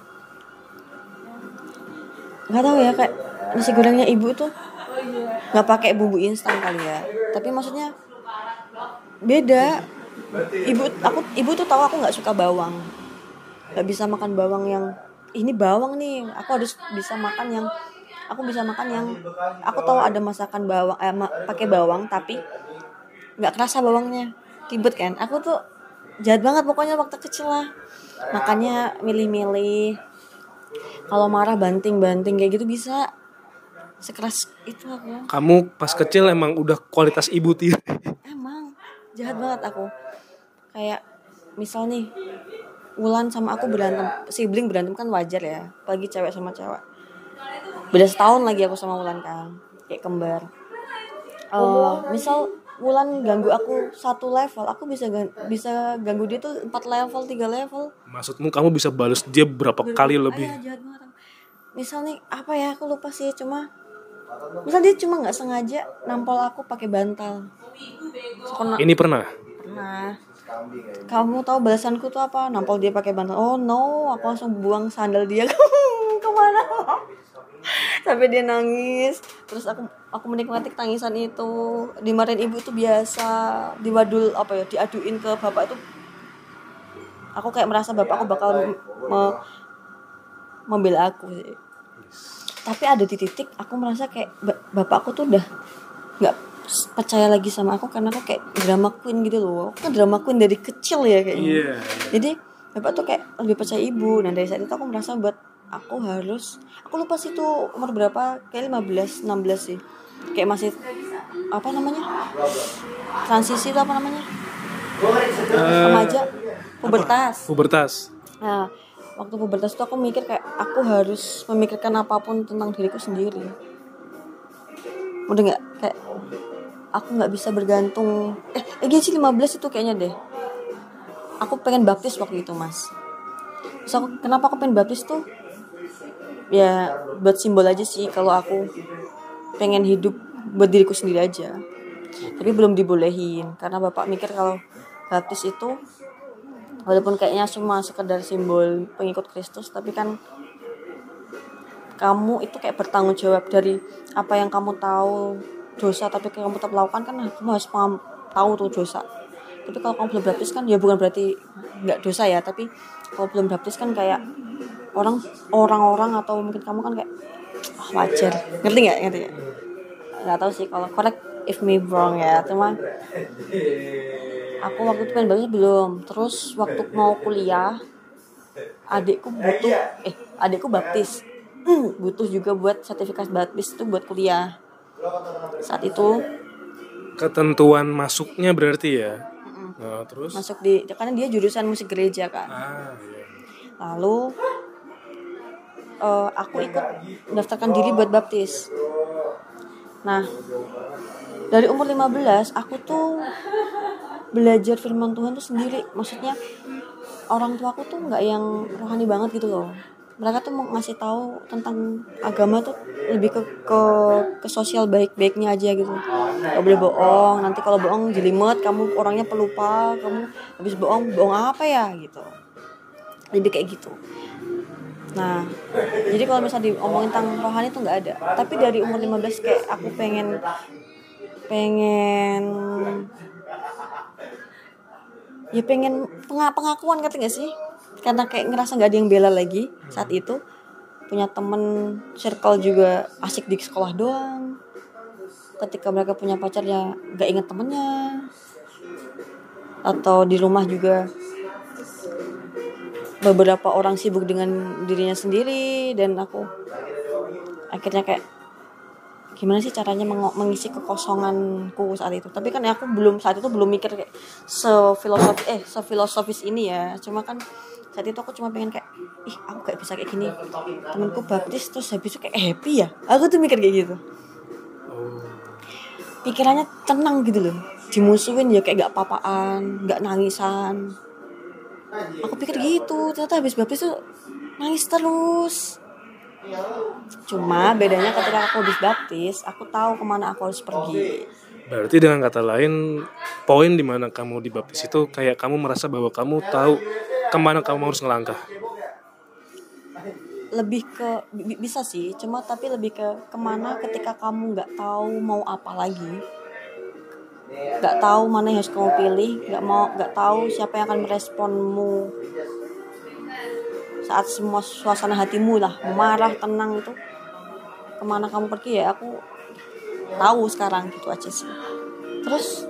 Speaker 2: Nggak tahu ya, kayak nasi gorengnya ibu tuh nggak pakai bumbu instan kali ya. Tapi maksudnya beda. Ibu tuh tahu aku nggak suka bawang, nggak bisa makan bawang yang ini bawang nih. Aku bisa makan yang aku tahu ada masakan bawang pakai bawang tapi nggak kerasa bawangnya, ribet kan. Aku tuh jahat banget pokoknya waktu kecil lah, makannya milih-milih. Kalau marah banting-banting kayak gitu bisa, sekeras itu aku.
Speaker 1: Kamu pas kecil emang udah kualitas ibu tiri.
Speaker 2: Emang jahat banget aku. Kayak misal nih Wulan sama aku berantem, sibling berantem kan wajar ya, apalagi cewek sama cewek. Beda setahun lagi aku sama Wulan kan, kayak kembar. Misal Wulan ganggu aku 1 level, aku bisa ganggu dia tuh 4 level, 3 level.
Speaker 1: Maksudmu kamu bisa balas dia berapa kali lebih?
Speaker 2: Jahat banget. Misal nih apa ya, aku lupa sih, misal dia cuma nggak sengaja nampol aku pakai bantal.
Speaker 1: Ini pernah.
Speaker 2: Kamu tahu balasanku tuh apa? Nampol dia pakai bantal. Oh no, aku langsung buang sandal dia kemana? Sampai dia nangis. Terus aku menikmati tangisan itu. Dimarahin ibu itu biasa. Diaduin ke bapak itu. Aku kayak merasa bapak aku bakal membela aku sih. Tapi ada di titik aku merasa kayak bapakku tuh udah nggak percaya lagi sama aku, karena aku kayak drama queen gitu loh. Aku kan drama queen dari kecil ya kayaknya.
Speaker 1: Yeah.
Speaker 2: Jadi bapak tuh kayak lebih percaya ibu. Nah dari saat itu aku merasa aku lupa sih tuh umur berapa, kayak 15, 16 sih. Kayak masih transisi itu remaja, pubertas.
Speaker 1: Pubertas.
Speaker 2: Nah, waktu pubertas tuh aku mikir kayak aku harus memikirkan apapun tentang diriku sendiri. Udah nggak, kayak aku nggak bisa bergantung. Gini sih 15 itu kayaknya deh. Aku pengen baptis waktu itu, Mas. Terus kenapa aku pengen baptis tuh? Ya buat simbol aja sih kalau aku pengen hidup buat diriku sendiri aja. Tapi belum dibolehin karena bapak mikir kalau baptis itu walaupun kayaknya cuma sekedar simbol pengikut Kristus, tapi kan kamu itu kayak bertanggung jawab dari apa yang kamu tahu dosa tapi kamu tetap lakukan, kan kamu harus tahu tuh dosa. Tapi kalau kamu belum baptis kan ya bukan berarti nggak dosa ya, tapi kalau belum baptis kan kayak orang-orang atau mungkin kamu kan kayak wajar, ngerti nggak nggak tahu sih, kalau correct if me wrong ya, cuma aku waktu itu pengen baptis belum. Terus waktu mau kuliah adikku baptis, butuh juga buat sertifikat baptis itu buat kuliah saat itu.
Speaker 1: Ketentuan masuknya berarti ya. Nah, terus
Speaker 2: Masuk karena dia jurusan musik gereja kan.
Speaker 1: Iya.
Speaker 2: Lalu aku ikut mendaftarkan diri buat baptis. Nah, dari umur 15 aku tuh belajar firman Tuhan tuh sendiri. Maksudnya orang tua aku tuh nggak yang rohani banget gitu loh. Mereka tuh mau ngasih tahu tentang agama tuh lebih ke sosial baik-baiknya aja gitu. Gak boleh bohong, nanti kalau bohong jelimet, kamu orangnya pelupa, kamu habis bohong apa ya gitu. Lebih kayak gitu. Nah, jadi kalau misalnya diomongin tentang rohani tuh nggak ada. Tapi dari umur 15 kayak aku pengen pengakuan, ngerti gak sih? Karena kayak ngerasa nggak ada yang bela lagi saat itu. Punya temen circle juga asik di sekolah doang. Ketika mereka punya pacar ya nggak inget temennya. Atau di rumah juga beberapa orang sibuk dengan dirinya sendiri, dan aku akhirnya kayak gimana sih caranya mengisi kekosonganku saat itu. Tapi kan aku saat itu belum mikir kayak sefilosofis ini ya. Cuma kan saat itu aku cuma pengen kayak aku gak bisa kayak gini, temenku baptis terus habis itu kayak happy ya, aku tuh mikir kayak gitu. Pikirannya tenang gitu loh, dimusuhin ya kayak gak apa-apaan, gak nangisan. Aku pikir gitu, ternyata habis baptis tuh nangis terus. Cuma bedanya ketika aku habis baptis, aku tahu kemana aku harus pergi.
Speaker 1: Berarti dengan kata lain, poin di mana kamu dibaptis itu kayak kamu merasa bahwa kamu tahu kemana kamu harus ngelangkah.
Speaker 2: Lebih ke bisa sih, cuma tapi lebih ke kemana ketika kamu nggak tahu mau apa lagi, nggak tahu mana yang harus kamu pilih, nggak tahu siapa yang akan meresponmu saat semua suasana hatimu lah marah, tenang, itu kemana kamu pergi ya aku tahu sekarang, gitu aja sih. Terus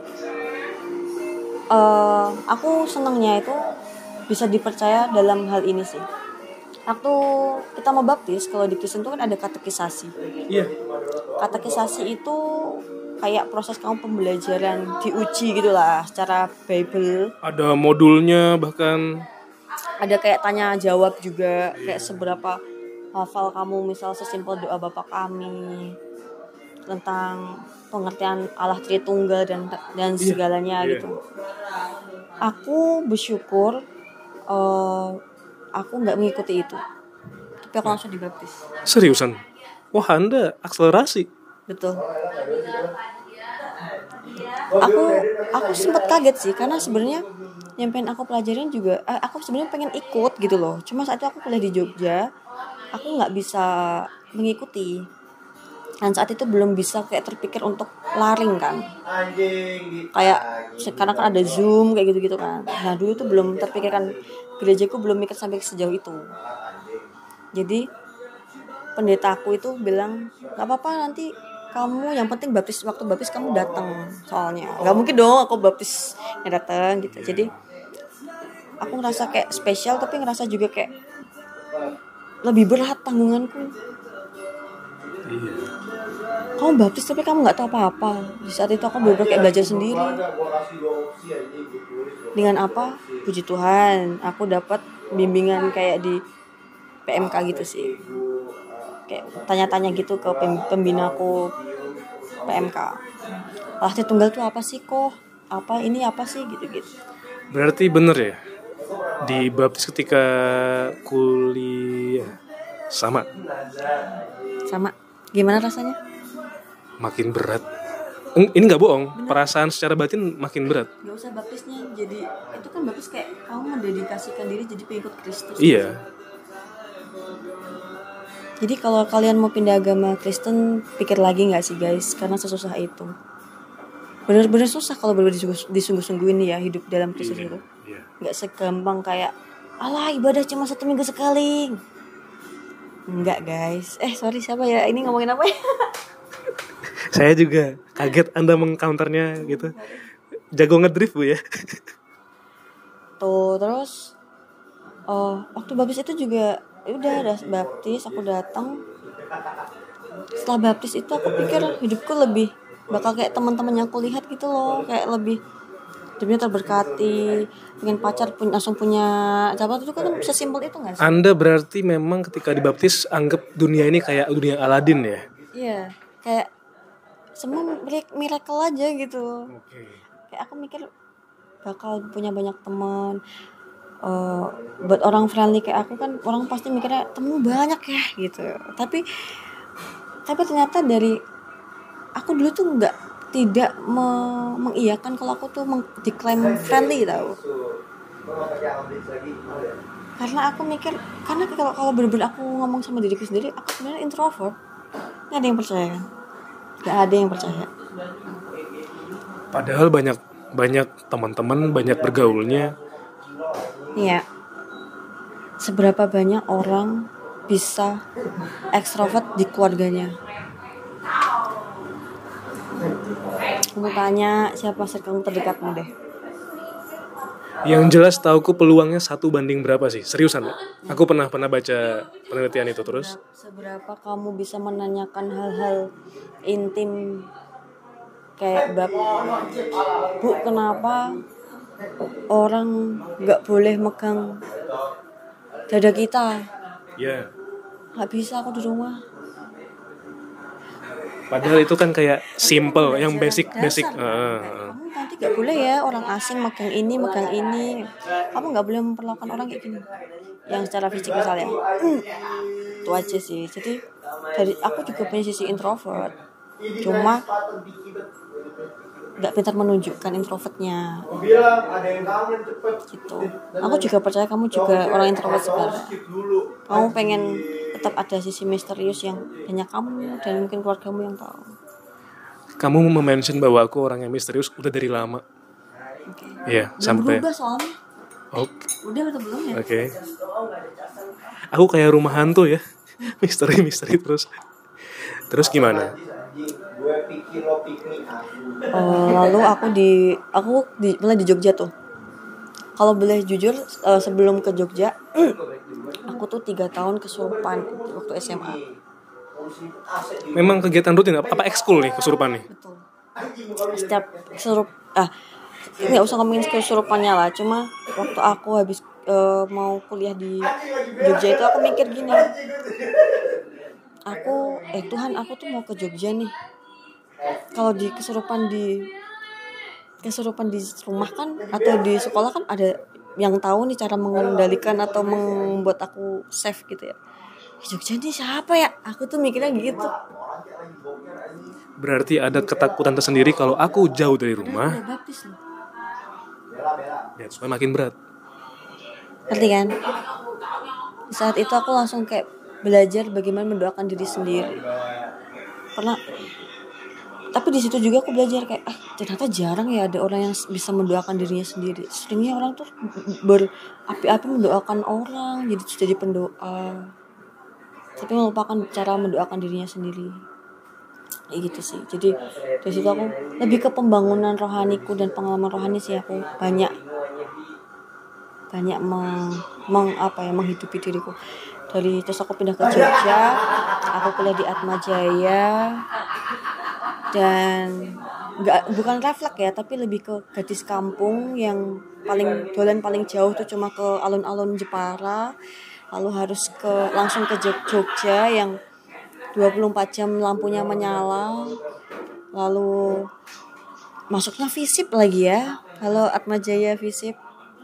Speaker 2: aku senangnya itu bisa dipercaya dalam hal ini sih. Waktu kita mau baptis, kalau di Kristen itu kan ada katekisasi.
Speaker 1: Iya.
Speaker 2: Katekisasi itu kayak proses kamu pembelajaran, diuji gitulah secara Bible.
Speaker 1: Ada modulnya, bahkan
Speaker 2: ada kayak tanya jawab juga, kayak seberapa hafal kamu, misal sesimpel doa Bapa Kami, tentang pengertian Allah Tritunggal dan segalanya gitu. Aku bersyukur aku nggak mengikuti itu, tapi aku langsung dibaptis.
Speaker 1: Seriusan? Wah, Anda akselerasi.
Speaker 2: Betul. Aku sempat kaget sih, karena sebenarnya yang pengen aku pelajarin juga, aku sebenarnya pengen ikut gitu loh. Cuma saat itu aku kuliah di Jogja, aku nggak bisa mengikuti. Dan saat itu belum bisa kayak terpikir untuk laring kan. Kayak sekarang kan ada Zoom kayak gitu-gitu kan. Nah dulu tuh belum terpikirkan, gerejaku belum mikir sampai sejauh itu. Jadi pendetaku itu bilang nggak apa-apa, nanti kamu yang penting baptis, waktu baptis kamu datang, soalnya nggak mungkin dong aku baptis yang datang gitu. Jadi aku ngerasa kayak spesial, tapi ngerasa juga kayak lebih berat tanggunganku. Kamu baptis tapi kamu nggak tahu apa-apa. Di saat itu aku bener-bener kayak belajar sendiri. dengan apa, puji Tuhan aku dapat bimbingan kayak di PMK gitu sih, kayak tanya-tanya gitu ke pembinaku PMK, pasti tunggal tuh apa sih kok, apa ini apa sih gitu-gitu.
Speaker 1: Berarti bener ya, dibaptis ketika kuliah sama
Speaker 2: Gimana rasanya?
Speaker 1: makin berat. Ini nggak bohong, perasaan secara batin makin berat.
Speaker 2: Gak usah baptisnya, jadi itu kan baptis kayak kamu mendedikasikan diri jadi pengikut Kristus.
Speaker 1: Iya.
Speaker 2: Jadi kalau kalian mau pindah agama Kristen, pikir lagi nggak sih guys, karena sesusah itu. Bener-bener susah kalau bener disungguh-sungguhin ya hidup dalam Kristus itu.
Speaker 1: Iya.
Speaker 2: Nggak segampang kayak alah ibadah cuma 1 minggu sekali. Enggak guys. Sorry siapa ya? Ini ngomongin apa ya?
Speaker 1: Saya juga kaget Anda mengcounternya gitu. Jago ngedrift Bu ya.
Speaker 2: Tuh terus waktu baptis itu juga udah baptis, aku datang. Setelah baptis itu aku pikir hidupku lebih bakal kayak teman-teman yang aku lihat gitu loh, kayak lebih hidupnya terberkati, pengen pacar langsung punya sahabat, itu kan sesimpel itu nggak sih?
Speaker 1: Anda berarti memang ketika dibaptis anggap dunia ini kayak dunia Aladin ya?
Speaker 2: Iya, kayak semua miracle aja gitu. Kayak aku mikir bakal punya banyak teman. Buat orang friendly kayak aku kan orang pasti mikirnya temen banyak ya gitu. Tapi ternyata dari aku dulu tuh tidak mengiyakan kalau aku tuh diklaim friendly tau. Karena aku mikir, karena kalau bener-bener aku ngomong sama diriku sendiri, aku sebenarnya introvert. Gak ada yang percaya kan? Gak ada yang percaya.
Speaker 1: Padahal banyak teman-teman, banyak bergaulnya.
Speaker 2: Iya. Seberapa banyak orang bisa ekstrovert di keluarganya? Kamu tanya siapa circle terdekatmu deh.
Speaker 1: Yang jelas tauku peluangnya 1 banding berapa sih? Seriusan? Aku pernah baca penelitian itu terus.
Speaker 2: Seberapa kamu bisa menanyakan hal-hal intim kayak Bu kenapa orang nggak boleh megang dada kita?
Speaker 1: Ya.
Speaker 2: Nggak bisa, aku di rumah.
Speaker 1: Padahal itu kan kayak simple, yang basic.
Speaker 2: Kamu nanti nggak boleh ya orang asing megang ini. Kamu nggak boleh memperlakukan orang kayak gini. Yang secara fisik misalnya. Itu aja sih. Jadi dari aku juga punya sisi introvert. Cuma nggak pintar menunjukkan introvertnya. Gitu. Aku juga percaya kamu juga orang introvert sebenarnya. Kamu pengen tetap ada sisi misterius yang hanya kamu dan mungkin keluargamu yang tahu.
Speaker 1: Kamu mention bahwa aku orang yang misterius udah dari lama. Iya, sampai
Speaker 2: berubah soalnya. Udah atau belum ya?
Speaker 1: Oke. Aku kayak rumah hantu ya. Misteri terus gimana?
Speaker 2: Lalu aku mulai di Jogja tuh. Kalau boleh jujur, sebelum ke Jogja aku tuh 3 tahun kesurupan waktu SMA.
Speaker 1: Memang kegiatan rutin apa ekskul nih kesurupan nih?
Speaker 2: Betul. Setiap nggak usah ngomongin kesurupannya lah, cuma waktu aku habis mau kuliah di Jogja itu aku mikir gini, Tuhan aku tuh mau ke Jogja nih. Kalau di kesurupan di rumah kan atau di sekolah kan ada yang tahu nih cara mengendalikan atau membuat aku safe gitu ya. Jogja ini siapa ya? Aku tuh mikirnya gitu.
Speaker 1: Berarti ada ketakutan tersendiri kalau aku jauh dari rumah.
Speaker 2: Udah baptis loh.
Speaker 1: Ya, supaya makin berat.
Speaker 2: Ngerti kan? Di saat itu aku langsung kayak belajar bagaimana mendoakan diri sendiri. Tapi di situ juga aku belajar kayak ternyata jarang ya ada orang yang bisa mendoakan dirinya sendiri. Seringnya orang tuh berapi-api mendoakan orang, jadi pendoa, tapi melupakan cara mendoakan dirinya sendiri. Gitu sih. Jadi dari situ aku lebih ke pembangunan rohaniku dan pengalaman rohani sih, aku banyak menghidupi diriku. Terus aku pindah ke Jogja, aku kuliah di Atmajaya. Dan bukan refleks ya, tapi lebih ke gadis kampung yang paling jauh tuh cuma ke alun-alun Jepara, lalu harus langsung ke Jogja yang 24 jam lampunya menyala, lalu masuknya FISIP lagi ya. Halo Atmajaya FISIP.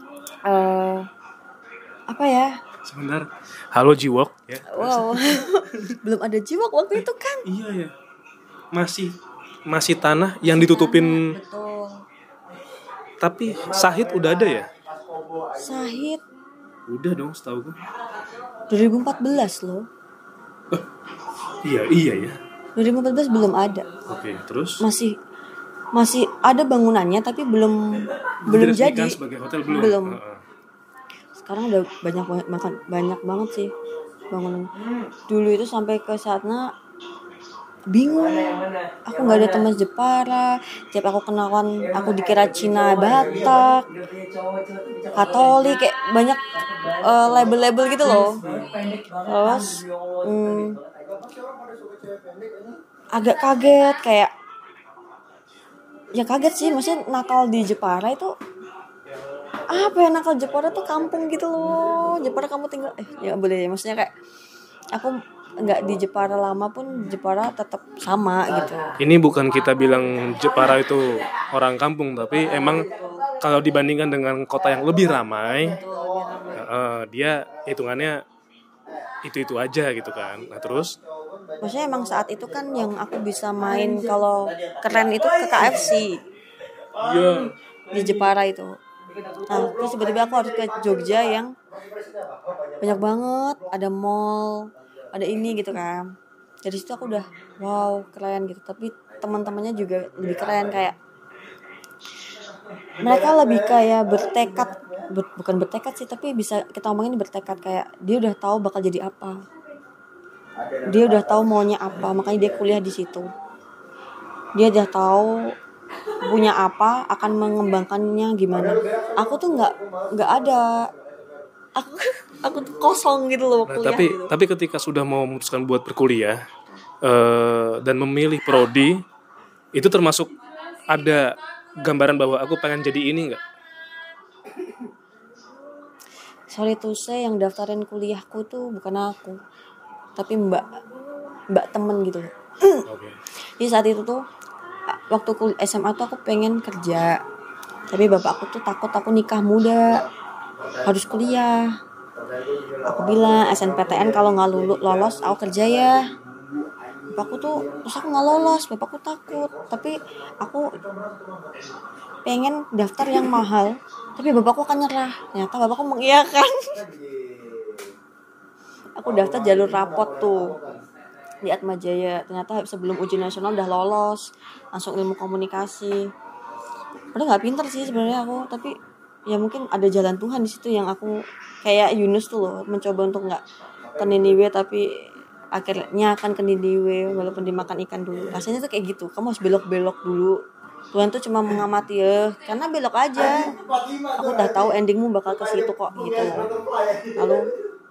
Speaker 2: Apa ya?
Speaker 1: Sebentar. Halo Jiwok ya.
Speaker 2: Wow. Belum ada Jiwok waktu itu kan.
Speaker 1: Iya ya. Masih tanah yang ditutupin.
Speaker 2: Betul.
Speaker 1: Tapi Sahid udah ada ya?
Speaker 2: Sahid
Speaker 1: Udah dong, setahu gue.
Speaker 2: 2014 loh.
Speaker 1: Iya ya.
Speaker 2: 2014 belum ada.
Speaker 1: Oke, terus?
Speaker 2: Masih ada bangunannya tapi belum jadi.
Speaker 1: Sebagai hotel belum.
Speaker 2: Belum. Sekarang udah banyak banget sih bangunan. Dulu itu sampai ke sana bingung. Aku nggak ada teman Jepara. Tiap aku kenalan, aku dikira Cina, Batak, Katolik, kayak banyak label-label gitu loh. Terus agak kaget, kayak ya kaget sih, maksudnya nakal di Jepara itu apa ya, nakal Jepara tuh kampung gitu loh. Jepara kamu tinggal ya boleh, maksudnya kayak aku nggak di Jepara lama pun Jepara tetap sama gitu.
Speaker 1: Ini bukan kita bilang Jepara itu orang kampung, tapi emang kalau dibandingkan dengan kota yang lebih ramai, dia hitungannya itu aja gitu kan. Nah terus
Speaker 2: maksudnya emang saat itu kan yang aku bisa main kalau keren itu ke KFC.
Speaker 1: Iya.
Speaker 2: Di Jepara itu. Nah terus tiba-tiba aku harus ke Jogja yang banyak banget, ada mall, ada ini gitu kan. Dari situ aku udah wow keren gitu. Tapi teman-temannya juga lebih keren, kayak mereka lebih kayak bertekad, bukan bertekad sih, tapi bisa kita omongin bertekad, kayak dia udah tahu bakal jadi apa, dia udah tahu maunya apa, makanya dia kuliah di situ. Dia udah tahu punya apa, akan mengembangkannya gimana. Aku tuh nggak ada, aku tuh kosong gitu loh kuliah.
Speaker 1: Nah, tapi ketika sudah mau memutuskan buat berkuliah dan memilih prodi, itu termasuk ada gambaran bahwa aku pengen jadi ini nggak?
Speaker 2: Sorry to say, yang daftarin kuliahku tuh bukan aku, tapi mbak temen gitu.
Speaker 1: Okay.
Speaker 2: Jadi saat itu tuh waktu SMA tuh aku pengen kerja, tapi bapak aku tuh takut aku nikah muda, harus kuliah. Aku bilang SNPTN kalau nggak lolos aku kerja ya. Bapakku tuh, terus aku nggak lolos, bapakku takut. Tapi aku pengen daftar yang mahal, tapi bapakku akan nyerah. Ternyata bapakku mengiyakan. Aku daftar jalur rapot tuh di Atmajaya. Ternyata sebelum ujian nasional udah lolos, langsung ilmu komunikasi. Padahal nggak pinter sih sebenarnya aku, tapi ya mungkin ada jalan Tuhan di situ yang aku kayak Yunus tuh loh, mencoba untuk nggak ke Niniwe tapi akhirnya akan ke Niniwe walaupun dimakan ikan dulu. Rasanya tuh kayak gitu, kamu harus belok-belok dulu. Tuhan tuh cuma mengamati ya, karena belok aja. Aku udah tahu endingmu bakal ke situ kok gitu. Lalu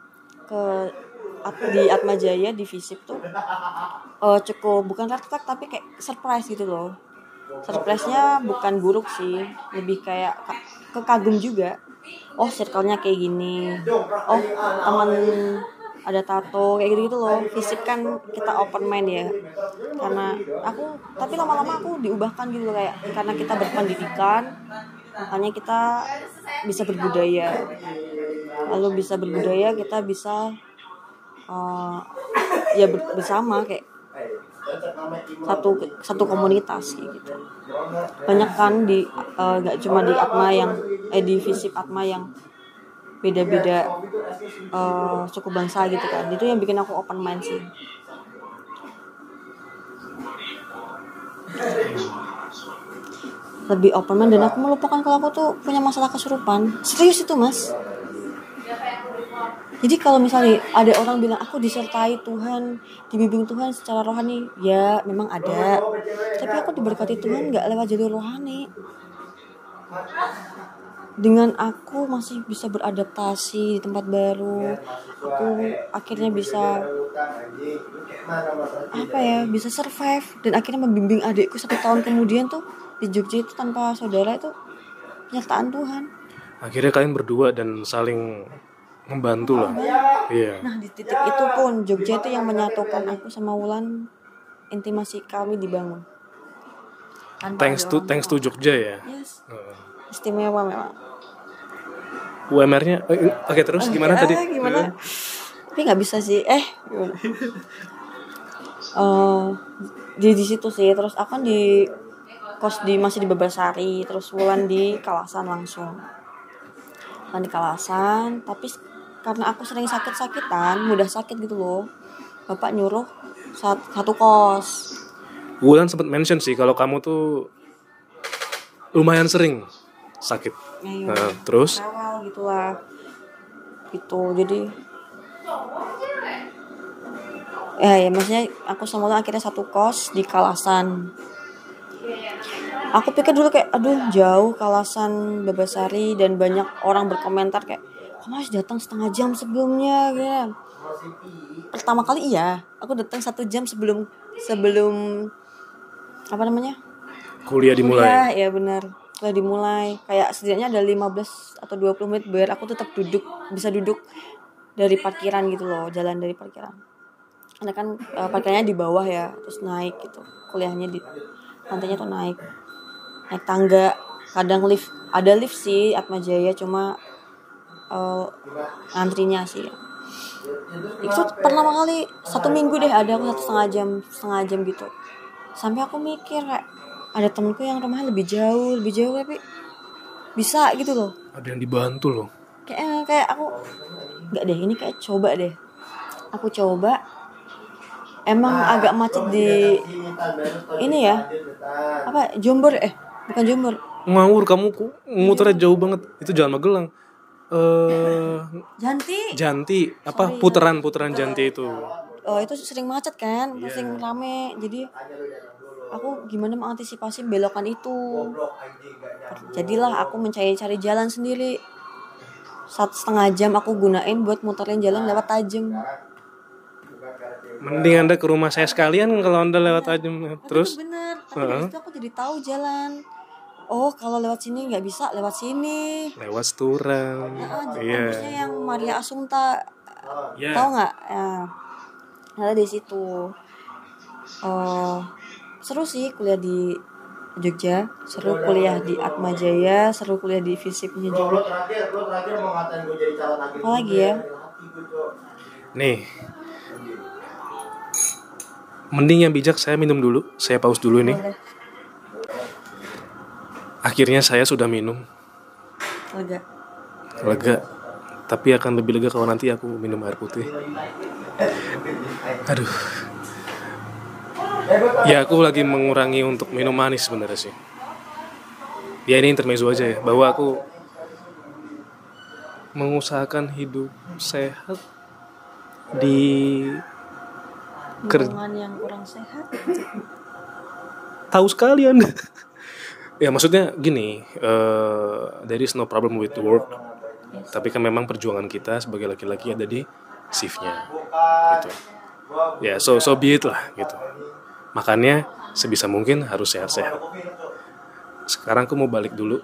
Speaker 2: di Atmajaya di FISIP tuh cukup bukan red flag tapi kayak surprise gitu loh. Surprise-nya bukan buruk sih, lebih kayak kekagum juga. Oh circle-nya kayak gini, oh teman ada tato kayak gitu loh. FISIP kan kita open mind ya, karena tapi lama-lama aku diubahkan gitu loh, kayak karena kita berpendidikan makanya kita bisa berbudaya, lalu bisa berbudaya kita bisa ya bersama kayak satu komunitas gitu. Banyak kan di nggak cuma di Atma yang di FISIP Atma yang beda-beda suku bangsa gitu kan. Itu yang bikin aku open mind sih. Lebih open mind, dan aku melupakan kalau aku tuh punya masalah kesurupan. Serius itu mas. Jadi kalau misalnya ada orang bilang aku disertai Tuhan, dibimbing Tuhan secara rohani, ya memang ada. Tapi aku diberkati Tuhan nggak lewat jalur rohani. dengan aku masih bisa beradaptasi di tempat baru, aku akhirnya bisa bisa survive dan akhirnya membimbing adikku 1 tahun kemudian tuh di Jogja itu tanpa saudara itu penyertaan Tuhan.
Speaker 1: Akhirnya kalian berdua dan saling membantu lah. Iya.
Speaker 2: Nah di titik itu pun Jogja itu yang menyatukan aku sama Wulan, intimasi kami dibangun.
Speaker 1: Thanks to Jogja ya.
Speaker 2: Yes. Istimewa memang.
Speaker 1: UMR-nya oke, terus gimana tadi?
Speaker 2: Gimana? Tapi nggak bisa sih. Gimana? Di situ sih. Terus aku kan di kos masih di Babasari, terus Wulan di Kalasan langsung. Wulan di Kalasan, tapi karena aku sering sakit-sakitan, mudah sakit gitu loh. Bapak nyuruh satu kos.
Speaker 1: Wulan sempat mention sih kalau kamu tuh lumayan sering sakit. Terus?
Speaker 2: Awal gitulah. Gitu. Jadi ya maksudnya aku sama Wulan akhirnya satu kos di Kalasan. Aku pikir dulu kayak aduh jauh Kalasan Babasari, dan banyak orang berkomentar kayak kamu harus datang 1/2 jam sebelumnya ya. Pertama kali aku datang 1 jam sebelum
Speaker 1: Kuliah dimulai.
Speaker 2: Ya benar. Kuliah dimulai. Kayak setidaknya ada 15 atau 20 menit biar aku tetap bisa duduk dari parkiran gitu loh, jalan dari parkiran. Karena kan parkirannya di bawah ya, terus naik gitu. Kuliahnya di lantainya tuh naik tangga, kadang ada lift sih Atmajaya, cuma antrinya sih itu pertama kali 1 minggu deh ada aku 1,5 jam gitu, sampai aku mikir kayak ada temenku yang rumahnya lebih jauh tapi bisa gitu loh,
Speaker 1: ada yang dibantu loh,
Speaker 2: kayak aku nggak deh, ini kayak coba deh, aku coba. Emang agak macet di ini ya, Jombor, bukan Jombor.
Speaker 1: Ngawur, kamu muternya jauh banget. Itu Jalan Magelang. Janti. Putaran Janti itu.
Speaker 2: Oh, itu sering macet kan, sering rame. Jadi aku gimana mengantisipasi belokan itu. Jadilah aku mencari jalan sendiri. 1,5 jam aku gunain buat muterin jalan lewat Tajem.
Speaker 1: Mending Anda ke rumah saya sekalian kalau Anda lewat Tajem. Terus?
Speaker 2: Bener. Tapi dari situ aku jadi tahu jalan. Oh, kalau lewat sini nggak bisa, lewat sini.
Speaker 1: Lewat Seturang.
Speaker 2: Iya. Yang Maria Assunta. Tahu nggak? Nah, dari situ. Seru sih kuliah di Jogja, seru kuliah di Atmajaya, seru kuliah di FISIP-nya juga. Apa lagi ya?
Speaker 1: Nih. Mending yang bijak saya minum dulu. Saya pause dulu ini. Akhirnya saya sudah minum. Lega. Tapi akan lebih lega kalau nanti aku minum air putih. Aduh. Ya, aku lagi mengurangi untuk minum manis sebenarnya sih. Ya, ini intermezzo aja ya, bahwa aku mengusahakan hidup sehat di
Speaker 2: lingkungan yang kurang sehat.
Speaker 1: Tahu sekali Anda. Ya, maksudnya gini, there is no problem with work. Yes. Tapi kan memang perjuangan kita sebagai laki-laki ada di shiftnya gitu. Ya, so be it lah gitu. Makanya sebisa mungkin harus sehat-sehat. Sekarang aku mau balik dulu.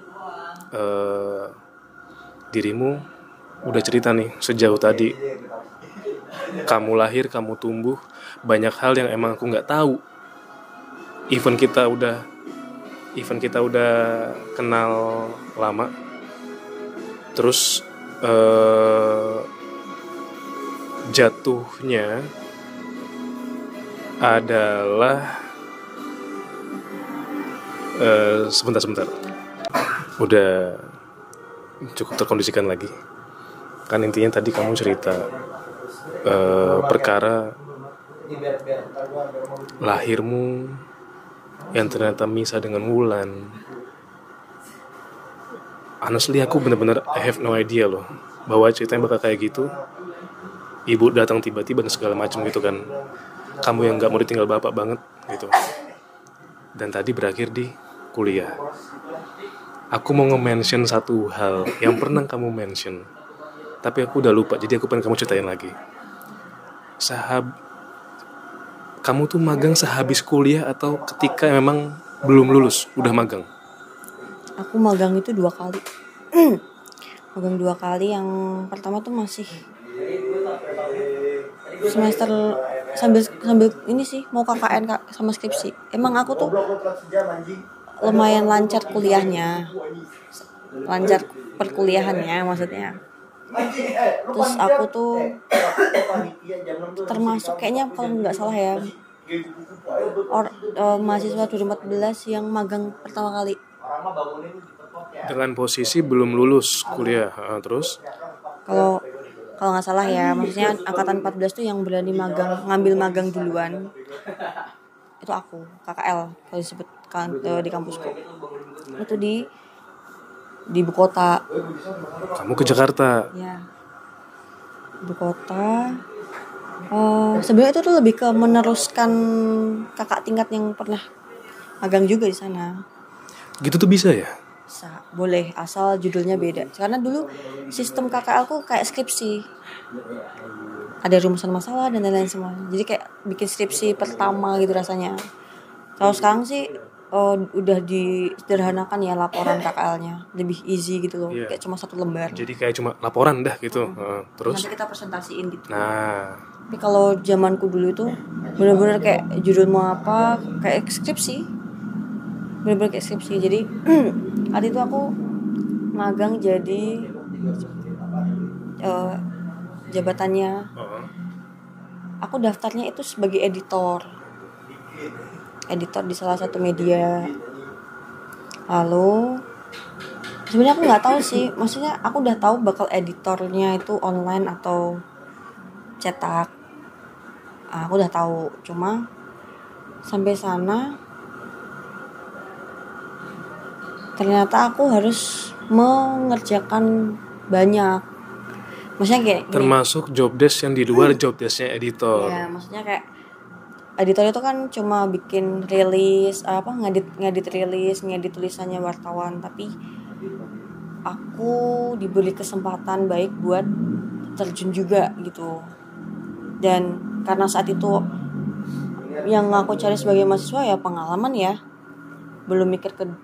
Speaker 1: Dirimu udah cerita nih sejauh tadi. Kamu lahir, kamu tumbuh, banyak hal yang emang aku nggak tahu. Even kita udah kenal lama, terus jatuhnya adalah sebentar, udah cukup terkondisikan lagi. Kan intinya tadi kamu cerita perkara lahirmu yang ternyata misah dengan Wulan. Honestly, aku benar-benar I have no idea loh bahwa ceritanya bakal kayak gitu. Ibu datang tiba-tiba dan segala macam gitu kan. Kamu yang gak mau ditinggal bapak banget gitu. Dan tadi berakhir di kuliah. Aku mau nge-mention satu hal yang pernah kamu mention, tapi aku udah lupa, jadi aku pengen kamu ceritain lagi. Kamu tuh magang sehabis kuliah atau ketika memang belum lulus, udah magang?
Speaker 2: Aku magang itu 2 kali. Magang 2 kali. Yang pertama tuh masih semester sambil ini sih mau KKN sama skripsi. Emang aku tuh lumayan lancar kuliahnya, lancar perkuliahannya maksudnya. Terus aku tuh termasuk kayaknya kalau nggak salah ya mahasiswa 2014 yang magang pertama kali.
Speaker 1: Dengan posisi belum lulus kuliah, terus?
Speaker 2: Kalau nggak salah ya, maksudnya angkatan 14 tuh yang berani ngambil magang duluan. Itu aku, KKL kalau disebut di kampusku. Itu di ibu kota.
Speaker 1: Kamu ke Jakarta?
Speaker 2: Ya, ibu kota. Sebenarnya itu tuh lebih ke meneruskan kakak tingkat yang pernah magang juga di sana.
Speaker 1: Gitu tuh bisa ya?
Speaker 2: Bisa, boleh, asal judulnya beda. Karena dulu sistem KKL ku kayak skripsi. Ada rumusan masalah dan lain-lain semua. Jadi kayak bikin skripsi pertama gitu rasanya. Kalau sekarang sih udah disederhanakan ya laporan KKL-nya. Lebih easy gitu loh.
Speaker 1: Yeah.
Speaker 2: Kayak cuma 1 lembar.
Speaker 1: Jadi kayak cuma laporan dah gitu. Terus?
Speaker 2: Nanti kita presentasiin gitu.
Speaker 1: Nah,
Speaker 2: tapi kalau zamanku dulu itu benar-benar kayak judul mau apa, kayak skripsi. Benar-benar kayak skripsi. Jadi hari itu aku magang jadi jabatannya, aku daftarnya itu sebagai editor di salah satu media. Lalu sebenarnya aku nggak tahu sih, maksudnya aku udah tahu bakal editornya itu online atau cetak. Aku udah tahu, cuma sampai sana ternyata aku harus mengerjakan banyak. Maksudnya kayak
Speaker 1: termasuk job desk yang di luar job desknya editor.
Speaker 2: Ya, maksudnya kayak editor itu kan cuma bikin rilis, ngedit rilis, ngedit tulisannya wartawan, tapi aku diberi kesempatan baik buat terjun juga gitu. Dan karena saat itu yang aku cari sebagai mahasiswa ya pengalaman ya, belum mikir ke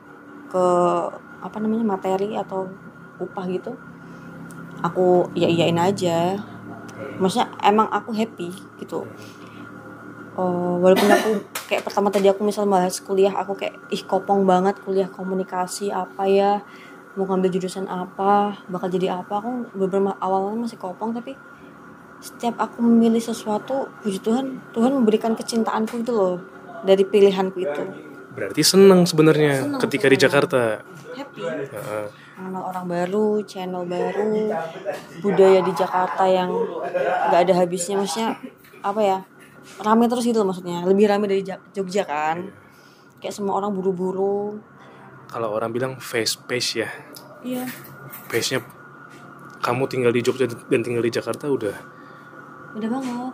Speaker 2: materi atau upah gitu. Aku iyain aja, maksudnya emang aku happy gitu. Walaupun aku kayak pertama tadi aku misal bahas kuliah, aku kayak kopong banget kuliah komunikasi apa ya, mau ngambil jurusan apa, bakal jadi apa. Aku beberapa awalnya masih kopong, tapi setiap aku memilih sesuatu, puji Tuhan memberikan kecintaanku itu loh dari pilihanku itu.
Speaker 1: Berarti senang sebenarnya ketika di Jakarta.
Speaker 2: Happy. Mengenal orang baru, channel baru, budaya di Jakarta yang nggak ada habisnya, maksudnya apa ya, rame terus gitu loh, maksudnya lebih rame dari Jogja kan. Kayak semua orang buru-buru.
Speaker 1: Kalau orang bilang fast pace ya.
Speaker 2: Iya.
Speaker 1: Pace-nya kamu tinggal di Jogja dan tinggal di Jakarta udah
Speaker 2: banget.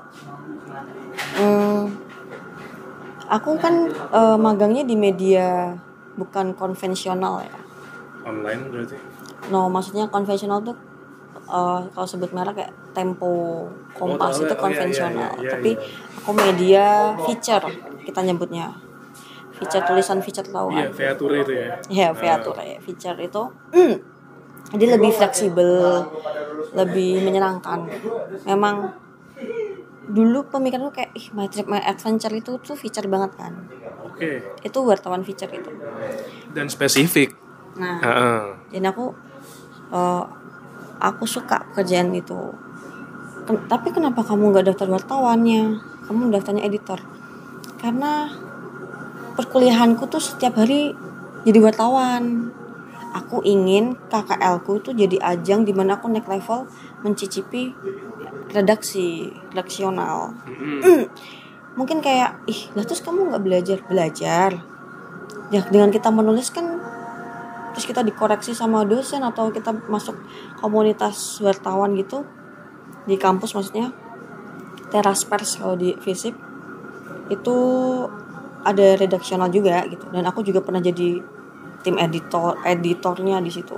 Speaker 2: Aku kan magangnya di media bukan konvensional ya.
Speaker 1: Online berarti?
Speaker 2: No, maksudnya konvensional tuh kalau sebut merek kayak Tempo, Kompas itu konvensional. Tapi aku media feature kita nyebutnya. Feature tulisan feature tahu kan?
Speaker 1: Iya, feature itu ya.
Speaker 2: Iya, feature ya. Feature itu jadi lebih fleksibel, lebih menyenangkan. Memang dulu pemikiranku kayak My Trip My Adventure itu tuh feature banget kan.
Speaker 1: Oke.
Speaker 2: Itu wartawan feature itu.
Speaker 1: Dan spesifik.
Speaker 2: Nah, dan aku suka pekerjaan itu. Tapi kenapa kamu nggak daftar wartawannya? Kamu daftarnya editor? Karena perkuliahanku tuh setiap hari jadi wartawan. Aku ingin KKL-ku tuh jadi ajang di mana aku naik level, mencicipi redaksional. Mungkin kayak terus kamu nggak belajar ya, dengan kita menulis kan, terus kita dikoreksi sama dosen atau kita masuk komunitas wartawan gitu di kampus, maksudnya teras pers kalau di FISIP itu ada redaksional juga gitu. Dan aku juga pernah jadi tim editornya di situ.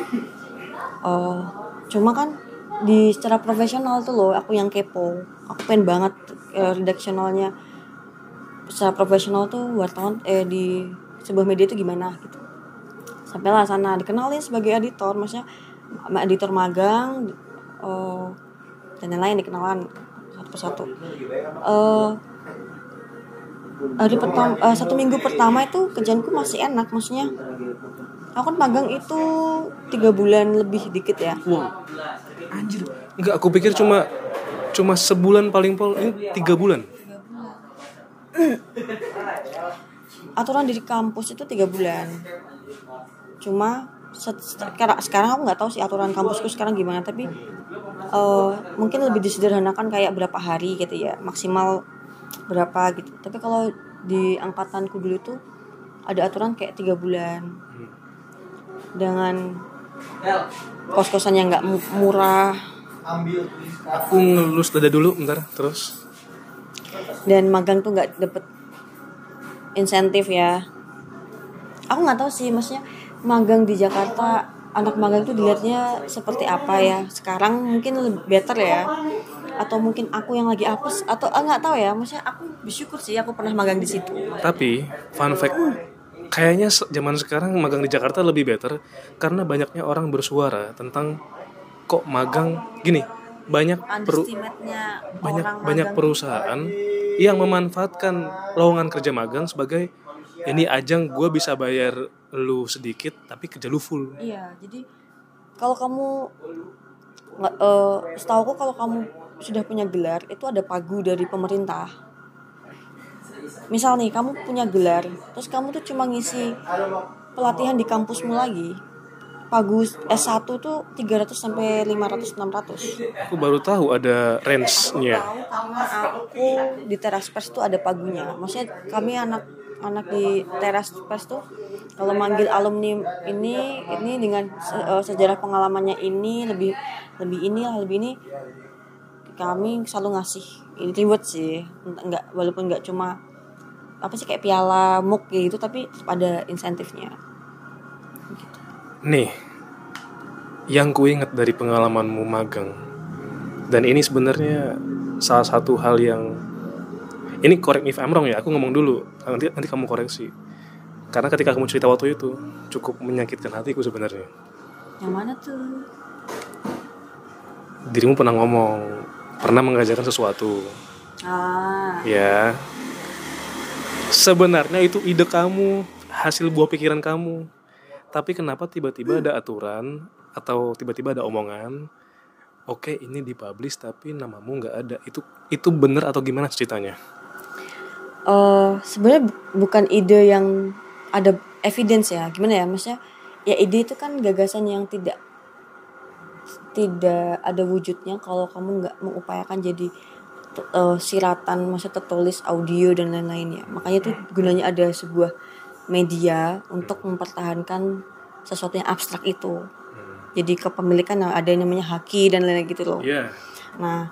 Speaker 2: Cuma kan secara profesional tuh loh aku yang kepo, aku pengen banget redaksionalnya secara profesional tuh wartawan di sebuah media itu gimana gitu. Sampailah sana dikenalin sebagai editor, maksudnya editor magang dan lain-lain dikenalan satu persatu. Hari pertama, 1 minggu pertama itu kerjaanku masih enak, maksudnya aku kan magang itu 3 bulan lebih dikit ya.
Speaker 1: Wow, anjir. Enggak, aku pikir cuma sebulan paling pol, ini 3 bulan.
Speaker 2: Aturan dari kampus itu 3 bulan. Cuma sekarang aku nggak tahu sih aturan kampusku sekarang gimana, tapi mungkin lebih disederhanakan kayak berapa hari gitu ya, maksimal berapa gitu. Tapi kalau di angkatanku dulu tuh ada aturan kayak 3 bulan dengan kos-kosan yang nggak murah.
Speaker 1: Aku ngelus dada dulu bentar, terus.
Speaker 2: Dan magang tuh nggak dapet insentif ya. Aku nggak tahu sih, maksudnya magang di Jakarta, anak magang tuh dilihatnya seperti apa ya. Sekarang mungkin lebih better ya, atau mungkin aku yang lagi apes, atau nggak tahu ya. Maksudnya aku bersyukur sih aku pernah magang di situ.
Speaker 1: Tapi fun fact, kayaknya zaman sekarang magang di Jakarta lebih better karena banyaknya orang bersuara tentang kok magang gini. Banyak perusahaan yang memanfaatkan lowongan kerja magang sebagai ini ajang gue bisa bayar lu sedikit tapi kerja lu full.
Speaker 2: Iya, jadi kalau kamu setahu aku kalau kamu sudah punya gelar itu ada pagu dari pemerintah. Misal nih kamu punya gelar, terus kamu tuh cuma ngisi pelatihan di kampusmu lagi, pagu S1 tuh 300 sampai 500 600.
Speaker 1: Aku baru tahu ada range-nya.
Speaker 2: Karena aku di Teras Pers tuh ada pagunya. Maksudnya kami anak di Teras Pers tuh kalau manggil alumni ini dengan sejarah pengalamannya ini lebih ini kami selalu ngasih ini reward sih, enggak, walaupun enggak cuma apa sih kayak piala muk gitu, tapi ada insentifnya gitu.
Speaker 1: Nih yang ku ingat dari pengalamanmu magang, dan ini sebenarnya salah satu hal yang ini correct me if I'm wrong ya, aku ngomong dulu nanti kamu koreksi, karena ketika kamu cerita waktu itu cukup menyakitkan hatiku sebenarnya.
Speaker 2: Yang mana tuh?
Speaker 1: Dirimu pernah ngomong pernah mengajarkan sesuatu. Ya, sebenarnya itu ide kamu, hasil buah pikiran kamu. Tapi kenapa tiba-tiba ada aturan atau tiba-tiba ada omongan, oke ini dipublish tapi namamu nggak ada. Itu benar atau gimana ceritanya?
Speaker 2: Sebenarnya bukan ide yang ada evidence ya. Gimana ya, maksudnya ya ide itu kan gagasan yang tidak ada wujudnya kalau kamu nggak mengupayakan jadi siratan, maksudnya tertulis audio dan lain-lain ya. Makanya tuh gunanya ada sebuah media untuk mempertahankan sesuatu yang abstrak itu. Jadi kepemilikan ada yang namanya haki dan lain-lain gitu loh.
Speaker 1: Yeah.
Speaker 2: Nah,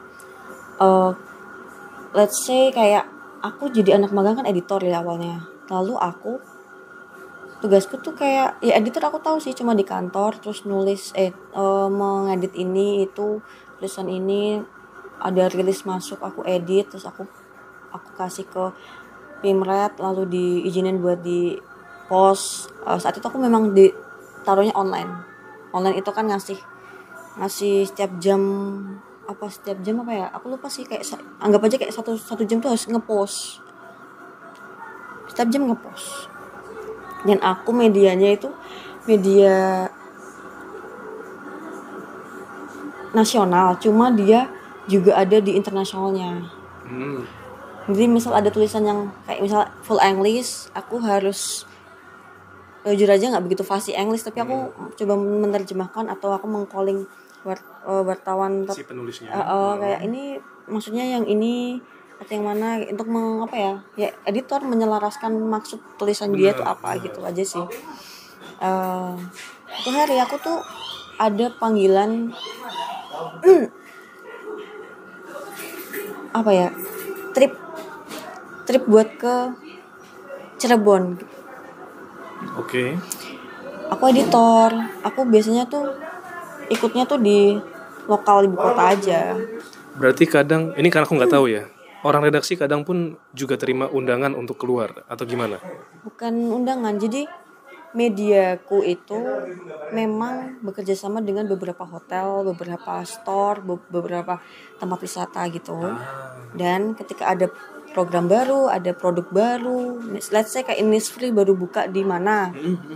Speaker 2: let's say kayak aku jadi anak magang kan editor ya awalnya. Lalu tugasku tuh kayak ya editor, aku tahu sih cuma di kantor terus nulis mengedit ini itu tulisan ini, ada rilis masuk aku edit, terus aku kasih ke Pimret lalu diizinin buat di post. Saat itu aku memang ditaruhnya online itu kan ngasih setiap jam apa ya, aku lupa sih, kayak anggap aja kayak satu jam tuh harus ngepost, setiap jam ngepost. Dan aku medianya itu media nasional, cuma dia juga ada di internasionalnya. Jadi misal ada tulisan yang kayak misal full English, aku harus jujur aja nggak begitu fasih English, tapi aku coba menerjemahkan atau aku mengcalling wartawan
Speaker 1: si penulisnya.
Speaker 2: Kayak ini maksudnya yang ini atau yang mana untuk ya editor menyelaraskan maksud tulisan dia tuh apa gitu aja sih. Itu hari aku tuh ada panggilan apa ya, trip buat ke Cirebon.
Speaker 1: Oke.
Speaker 2: Aku editor. Aku biasanya tuh ikutnya tuh di lokal ibu kota aja.
Speaker 1: Berarti kadang, ini karena aku nggak tahu ya, orang redaksi kadang pun juga terima undangan untuk keluar atau gimana?
Speaker 2: Bukan undangan. Jadi mediaku itu memang bekerja sama dengan beberapa hotel, beberapa store, beberapa tempat wisata gitu. Dan ketika ada program baru, ada produk baru, let's say kayak Innisfree baru buka di mana,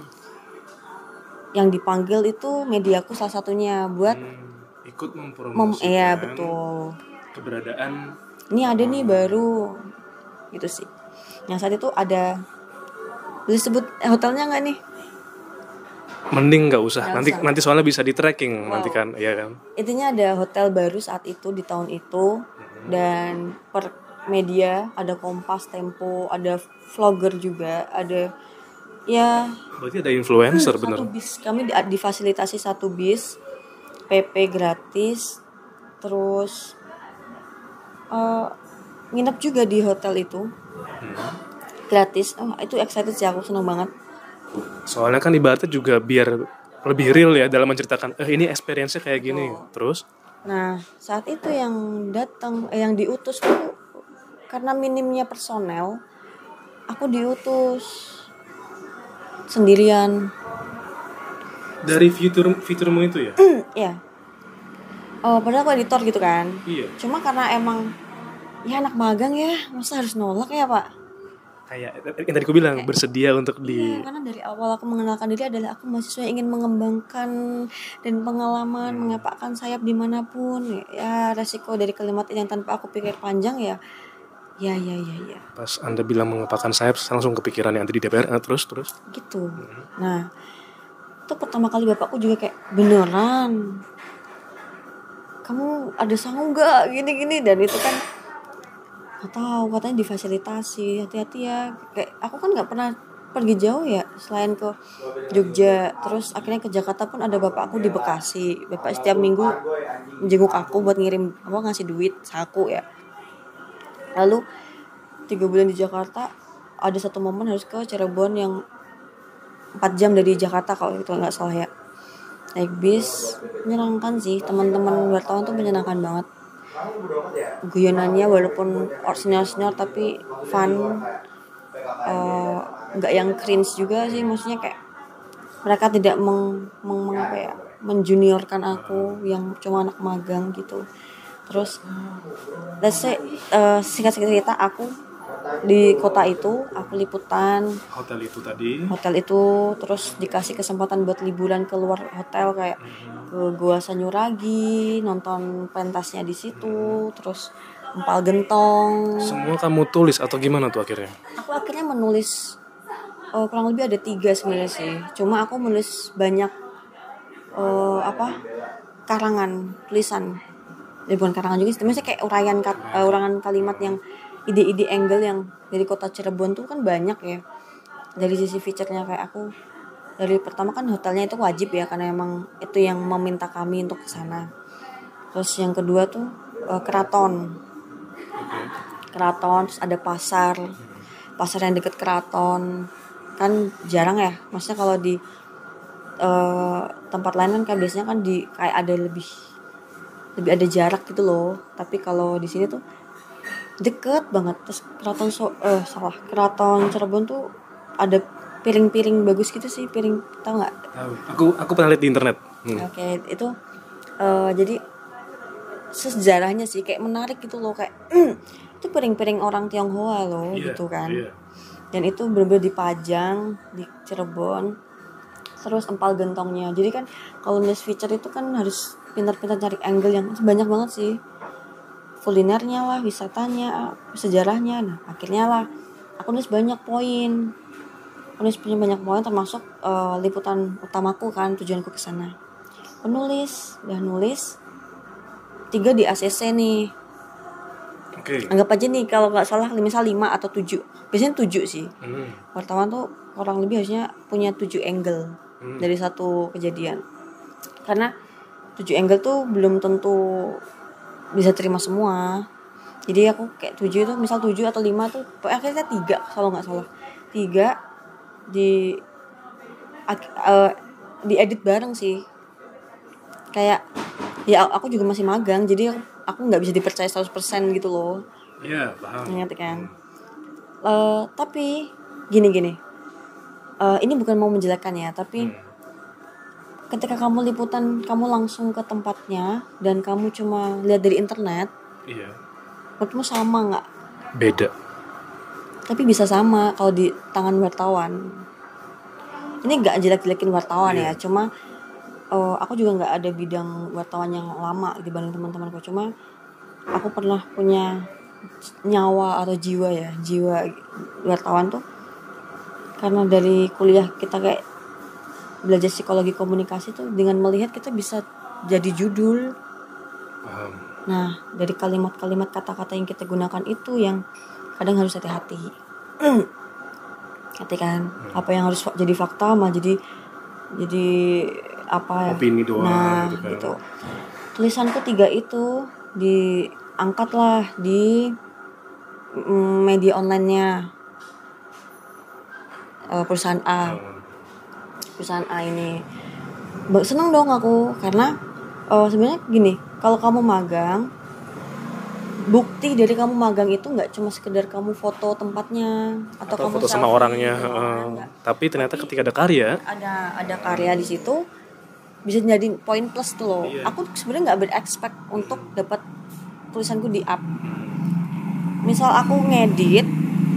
Speaker 2: yang dipanggil itu mediaku salah satunya buat
Speaker 1: Ikut mempromosikan
Speaker 2: betul.
Speaker 1: keberadaan.
Speaker 2: Ini ada nih baru gitu sih. Yang saat itu ada, boleh sebut hotelnya nggak nih?
Speaker 1: Mending nggak usah.
Speaker 2: Nggak
Speaker 1: Nanti soalnya bisa di tracking nanti
Speaker 2: Wow.
Speaker 1: kan, ya kan.
Speaker 2: Intinya ada hotel baru saat itu di tahun itu, dan per media ada Kompas, Tempo, ada vlogger juga, ada ya
Speaker 1: Berarti ada influencer
Speaker 2: satu
Speaker 1: bener.
Speaker 2: bis. Kami difasilitasi satu bis, PP gratis, terus nginep juga di hotel itu gratis. Itu excited sih, aku seneng banget.
Speaker 1: Soalnya kan ibaratnya juga biar lebih real ya dalam menceritakan ini experience-nya kayak gini. Terus
Speaker 2: Nah, saat itu yang datang, yang diutus tuh karena minimnya personel, aku diutus sendirian.
Speaker 1: dari fiturmu itu ya?
Speaker 2: Ya. Padahal aku editor gitu kan.
Speaker 1: Iya.
Speaker 2: Cuma karena emang ya anak magang ya, masa harus nolak ya Pak?
Speaker 1: Kayak yang tadi aku bilang bersedia untuk
Speaker 2: Iya, karena dari awal aku mengenalkan diri adalah aku mahasiswa yang ingin mengembangkan dan pengalaman mengepakkan sayap dimanapun. Ya resiko dari kalimat ini yang tanpa aku pikir panjang ya. Ya.
Speaker 1: Pas Anda bilang mengepakkan sayap langsung kepikiran yang tadi di DPR. Terus
Speaker 2: Gitu. Nah, itu pertama kali bapakku juga kayak, beneran kamu ada sanggup gak gini-gini, dan itu kan nggak tahu, katanya difasilitasi, hati-hati ya. Kayak aku kan nggak pernah pergi jauh ya selain ke Jogja, terus akhirnya ke Jakarta pun ada bapakku di Bekasi. Bapak setiap minggu menjenguk aku buat ngirim ngasih duit saku ya. Lalu 3 bulan di Jakarta, ada satu momen harus ke Cirebon yang 4 jam dari Jakarta kalau itu nggak salah ya. Naik bis, menyenangkan sih, teman-teman wartawan tuh menyenangkan banget. Guyonannya walaupun senior tapi fun, nggak yang cringe juga sih, maksudnya kayak mereka tidak menjuniorkan aku yang cuma anak magang gitu. Terus let's say singkat cerita, aku di kota itu aku liputan
Speaker 1: hotel itu tadi.
Speaker 2: hotel itu, terus dikasih kesempatan buat liburan keluar hotel kayak ke Gua Sanyuragi, nonton pentasnya di situ, terus empal gentong.
Speaker 1: Semua kamu tulis atau gimana tuh akhirnya?
Speaker 2: Aku akhirnya menulis kurang lebih ada 3 sebenarnya sih, cuma aku menulis banyak karangan tulisan. Bukan karangan juga sih, maksudnya kayak uraian kalimat yang ide-ide angle yang dari kota Cirebon tuh kan banyak ya. Dari sisi feature-nya kayak aku, dari pertama kan hotelnya itu wajib ya karena emang itu yang meminta kami untuk ke sana. Terus yang kedua tuh keraton, terus ada pasar yang deket keraton, kan jarang ya, maksudnya kalau di tempat lain kan kayak biasanya kan kayak ada lebih ada jarak gitu loh, tapi kalau di sini tuh deket banget. Terus keraton Cirebon tuh ada piring-piring bagus gitu sih, piring, tau nggak?
Speaker 1: Aku pernah lihat di internet.
Speaker 2: Oke, itu jadi sejarahnya sih kayak menarik gitu loh, kayak itu piring-piring orang Tionghoa loh, gitu kan. Dan itu bener-bener dipajang di Cirebon. Terus empal gentongnya, jadi kan kalau nulis feature itu kan harus pintar-pintar cari angle yang banyak banget sih, kulinernya lah, wisatanya, sejarahnya. Nah akhirnya lah aku nulis banyak poin, termasuk liputan utamaku kan, tujuanku ke sana. Aku nulis 3 di ACC nih. Anggap aja nih kalau nggak salah misal 5 atau 7, biasanya 7 sih. Wartawan tuh kurang lebih harusnya punya 7 angle dari satu kejadian, karena 7 angle tuh belum tentu bisa terima semua. Jadi aku kayak 7 itu misal 7 atau 5 tuh akhirnya 3 kalau nggak salah, 3 di diedit bareng sih. Kayak ya aku juga masih magang, jadi aku nggak bisa dipercaya 100% gitu loh.
Speaker 1: Iya, paham.
Speaker 2: Ngerti kan? Tapi gini. Ini bukan mau menjelekkan ya, tapi ketika kamu liputan, kamu langsung ke tempatnya dan kamu cuma lihat dari internet,
Speaker 1: Iya.
Speaker 2: menurutmu sama nggak?
Speaker 1: Beda.
Speaker 2: Tapi bisa sama kalau di tangan wartawan. Ini nggak jelek-jelekin wartawan ya, cuma aku juga nggak ada bidang wartawan yang lama dibanding teman-temanku. Cuma aku pernah punya nyawa atau jiwa wartawan tuh karena dari kuliah kita kayak belajar psikologi komunikasi tuh, dengan melihat kita bisa jadi judul.
Speaker 1: Paham.
Speaker 2: Nah, dari kalimat-kalimat kata-kata yang kita gunakan itu yang kadang harus hati-hati. Hati kan, apa yang harus jadi fakta mah jadi apa ya?
Speaker 1: Opini doang
Speaker 2: Nah,
Speaker 1: gitu kan.
Speaker 2: gitu. Tulisanku 3 itu diangkatlah di media online-nya perusahaan A. Perusahaan A ini seneng dong aku karena sebenarnya gini, kalau kamu magang, bukti dari kamu magang itu nggak cuma sekedar kamu foto tempatnya atau kamu
Speaker 1: foto sama
Speaker 2: selfie
Speaker 1: orangnya,
Speaker 2: gitu kan, nggak.
Speaker 1: tapi ternyata ketika ada karya,
Speaker 2: ada karya di situ bisa jadi poin plus tuh loh. Aku sebenarnya nggak berekspek untuk dapat tulisanku di up. Misal aku ngedit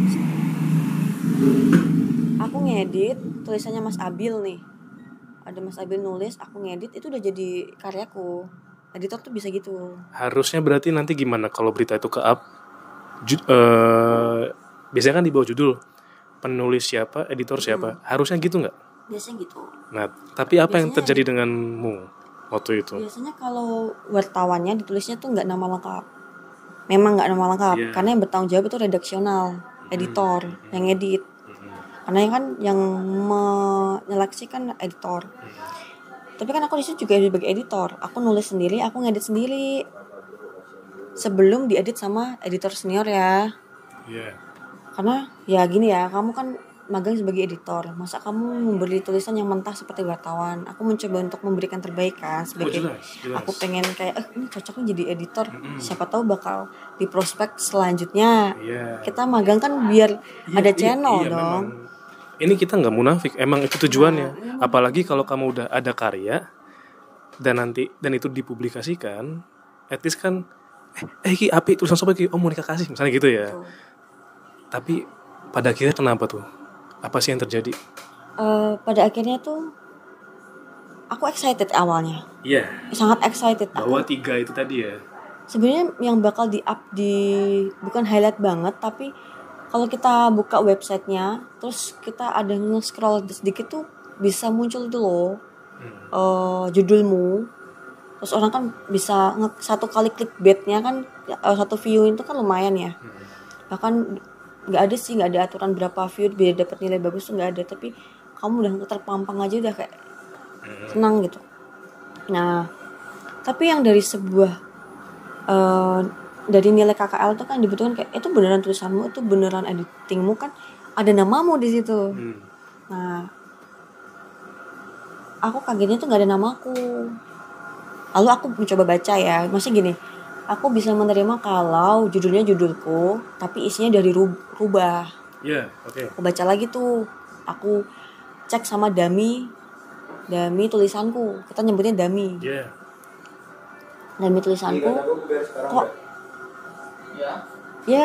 Speaker 2: tulisannya Mas Abil nih, ada Mas Abil nulis, aku ngedit, itu udah jadi karyaku. Editor tuh bisa gitu.
Speaker 1: harusnya berarti nanti gimana kalau berita itu ke up, biasanya kan di bawah judul penulis siapa, editor siapa, harusnya gitu nggak?
Speaker 2: Biasanya gitu.
Speaker 1: Nah, tapi apa yang
Speaker 2: Biasanya
Speaker 1: terjadi denganmu waktu itu?
Speaker 2: Biasanya kalau wartawannya ditulisnya tuh nggak nama lengkap. Memang nggak nama lengkap, karena yang bertanggung jawab itu redaksional, editor, yang edit. Karena yang menyeleksi kan editor. Tapi kan aku di situ juga sebagai editor. Aku nulis sendiri, aku ngedit sendiri. Sebelum diedit sama editor senior ya.
Speaker 1: Iya.
Speaker 2: Karena ya gini ya, kamu kan magang sebagai editor. Masa kamu memberi tulisan yang mentah seperti wartawan? Aku mencoba untuk memberikan terbaik kan sebagai
Speaker 1: jelas.
Speaker 2: aku pengen kayak ini cocoknya jadi editor. Siapa tahu bakal di prospek selanjutnya.
Speaker 1: Iya.
Speaker 2: Kita magang kan biar ada channel dong.
Speaker 1: Memang. Ini kita nggak munafik, emang itu tujuannya. Apalagi kalau kamu udah ada karya dan itu dipublikasikan, at least kan ki api tulisan sopo ki, oh mau nikah kasih misalnya gitu ya.
Speaker 2: Tuh.
Speaker 1: Tapi pada akhirnya kenapa tuh? Apa sih yang terjadi?
Speaker 2: Pada akhirnya tuh aku excited awalnya.
Speaker 1: Iya.
Speaker 2: Sangat excited.
Speaker 1: Bahwa 3 itu tadi ya.
Speaker 2: Sebenarnya yang bakal di up bukan highlight banget, tapi kalau kita buka websitenya, terus kita ada nge-scroll sedikit tuh bisa muncul itu loh judulmu. Terus orang kan bisa satu kali klik betnya kan, satu view itu kan lumayan ya. Bahkan nggak ada aturan berapa view biar dapat nilai bagus tuh nggak ada, tapi kamu udah terpampang aja udah kayak senang gitu. Nah, tapi yang dari sebuah dari nilai KKL itu kan dibutuhkan kayak itu beneran tulisanmu, itu beneran editingmu kan, ada namamu di situ. Nah, aku kagetnya tuh nggak ada namaku. Lalu aku mencoba baca ya, masih gini, aku bisa menerima kalau judulnya judulku, tapi isinya dari rubah.
Speaker 1: Iya, oke.
Speaker 2: Aku baca lagi tuh, aku cek sama dami tulisanku, kita nyebutnya dami.
Speaker 1: Iya.
Speaker 2: Dami tulisanku, kok ya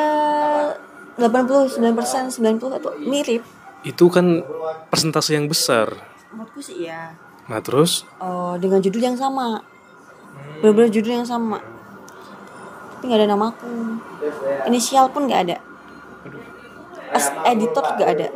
Speaker 2: 89%, 90% itu mirip.
Speaker 1: Itu kan persentase yang besar.
Speaker 2: Menurutku sih ya.
Speaker 1: Nah terus?
Speaker 2: Dengan judul yang sama, benar-benar judul yang sama, tapi nggak ada namaku, inisial pun nggak ada, as editor nggak ada.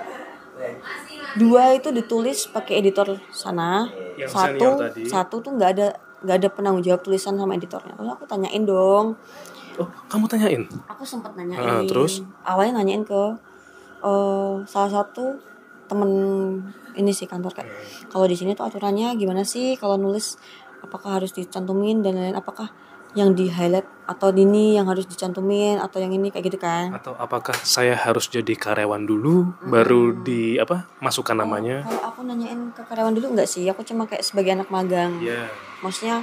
Speaker 2: 2 itu ditulis pakai editor sana,
Speaker 1: Yang
Speaker 2: satu tuh nggak ada penanggung jawab tulisan sama editornya. Terus aku tanyain dong.
Speaker 1: Oh, kamu tanyain?
Speaker 2: Aku sempat nanyain.
Speaker 1: Terus?
Speaker 2: Awalnya nanyain ke salah satu temen ini sih kantor, kayak kalau di sini tuh aturannya gimana sih kalau nulis, apakah harus dicantumin dan lain-lain, apakah yang di highlight atau ini yang harus dicantumin atau yang ini kayak gitu kan.
Speaker 1: Atau apakah saya harus jadi karyawan dulu baru di masukkan namanya?
Speaker 2: Kalau aku nanyain ke karyawan dulu enggak sih, aku cuma kayak sebagai anak magang.
Speaker 1: Iya.
Speaker 2: Maksudnya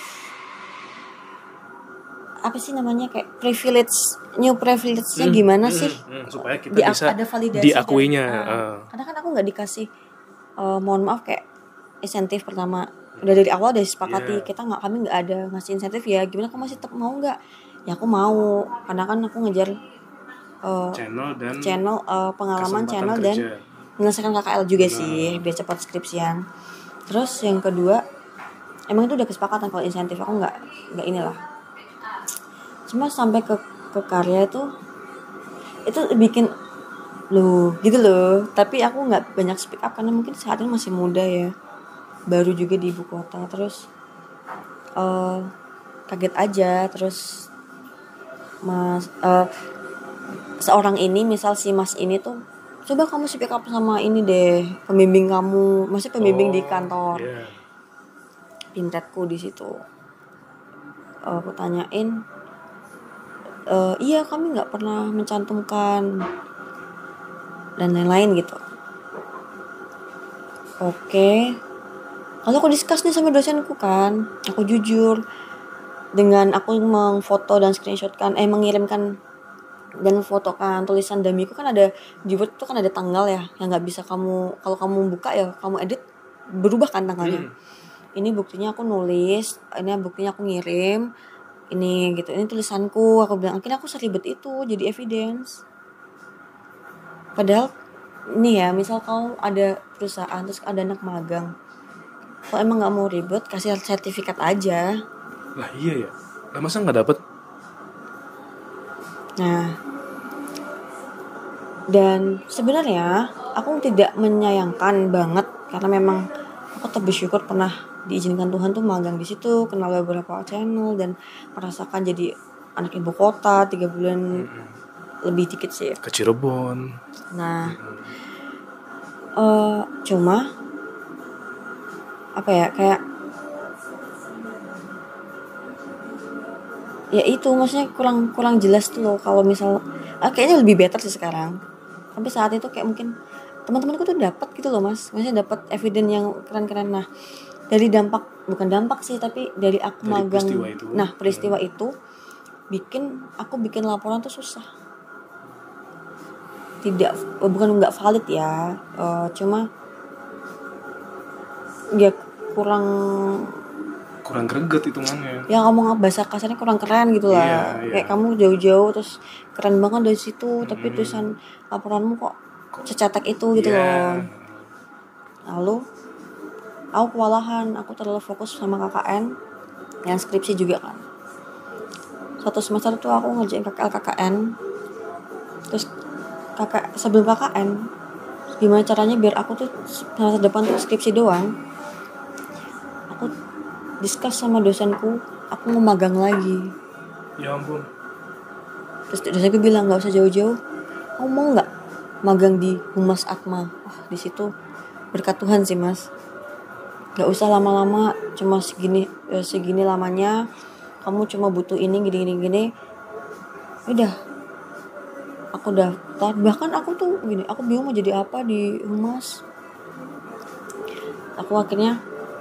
Speaker 2: apa sih namanya, kayak new privilege-nya gimana sih
Speaker 1: supaya kita bisa
Speaker 2: ada validasi
Speaker 1: diakuinya.
Speaker 2: Karena kan aku nggak dikasih mohon maaf kayak insentif pertama, udah dari awal udah disepakati kami nggak ada ngasih insentif ya, gimana kamu masih tetap mau nggak? Ya aku mau, karena kan aku ngejar channel pengalaman channel kerja. Dan menyelesaikan KKL juga sih biar cepat skripsian. Terus yang kedua, emang itu udah kesepakatan kalau insentif, aku nggak inilah. Cuma sampai ke karya itu bikin gitu loh. Tapi aku nggak banyak speak up karena mungkin saat ini masih muda ya, baru juga di ibu kota. Terus kaget aja. Terus seorang ini, misal si mas ini tuh, coba kamu speak up sama ini deh, pembimbing kamu, maksudnya pembimbing di kantor. Pintetku di situ. Aku tanyain, iya kami nggak pernah mencantumkan dan lain-lain gitu. Oke. Lalu aku discuss nih sama dosenku kan, aku jujur dengan aku mengfoto dan screenshotkan, mengirimkan dan fotokan tulisan damiku kan ada di Word tuh kan ada tanggal ya, yang nggak bisa kamu, kalau kamu buka ya kamu edit berubah kan tanggalnya. Ini buktinya aku nulis, ini buktinya aku ngirim, ini gitu, ini tulisanku, aku bilang. Akhirnya aku seribet itu jadi evidence. Padahal ini ya, misal kau ada perusahaan terus ada anak magang, kalau emang nggak mau ribet kasih sertifikat aja.
Speaker 1: Lah iya ya, lah masa nggak dapet?
Speaker 2: Nah, dan sebenarnya aku tidak menyayangkan banget karena memang aku bersyukur pernah diizinkan Tuhan tuh magang di situ, kenal beberapa channel dan merasakan jadi anak ibu kota 3 bulan lebih dikit sih
Speaker 1: ke Cirebon.
Speaker 2: Nah, cuma apa ya, kayak ya itu maksudnya kurang jelas tuh loh. Kalau misal kayaknya lebih better sih sekarang, tapi saat itu kayak mungkin teman-temanku tuh dapat gitu loh mas, maksudnya dapat evidence yang keren-keren. Nah, dari bukan dampak sih, tapi dari aku dari magang peristiwa itu aku bikin laporan tuh susah, bukan nggak valid ya, cuma ya kurang
Speaker 1: greget hitungannya.
Speaker 2: Ya ngomong bahasa kasarnya kurang keren gitu lah. Kayak kamu jauh-jauh terus keren banget dari situ, tapi tulisan laporanmu kok secetek itu gitu loh. Lalu aku kewalahan, aku terlalu fokus sama KKN, yang skripsi juga kan. Satu semester tuh aku ngerjain KKN, terus sebelum KKN gimana caranya biar aku tuh semester depan tuh skripsi doang. Aku discuss sama dosenku, aku mau magang lagi.
Speaker 1: Ya ampun.
Speaker 2: Terus dosenku bilang nggak usah jauh-jauh, kamu mau nggak magang di Humas Atma? Di situ berkat Tuhan sih mas. Nggak usah lama-lama, cuma segini lamanya. Kamu cuma butuh ini gini. Udah, aku daftar. Bahkan aku tuh gini, aku bingung mau jadi apa di Humas. Aku akhirnya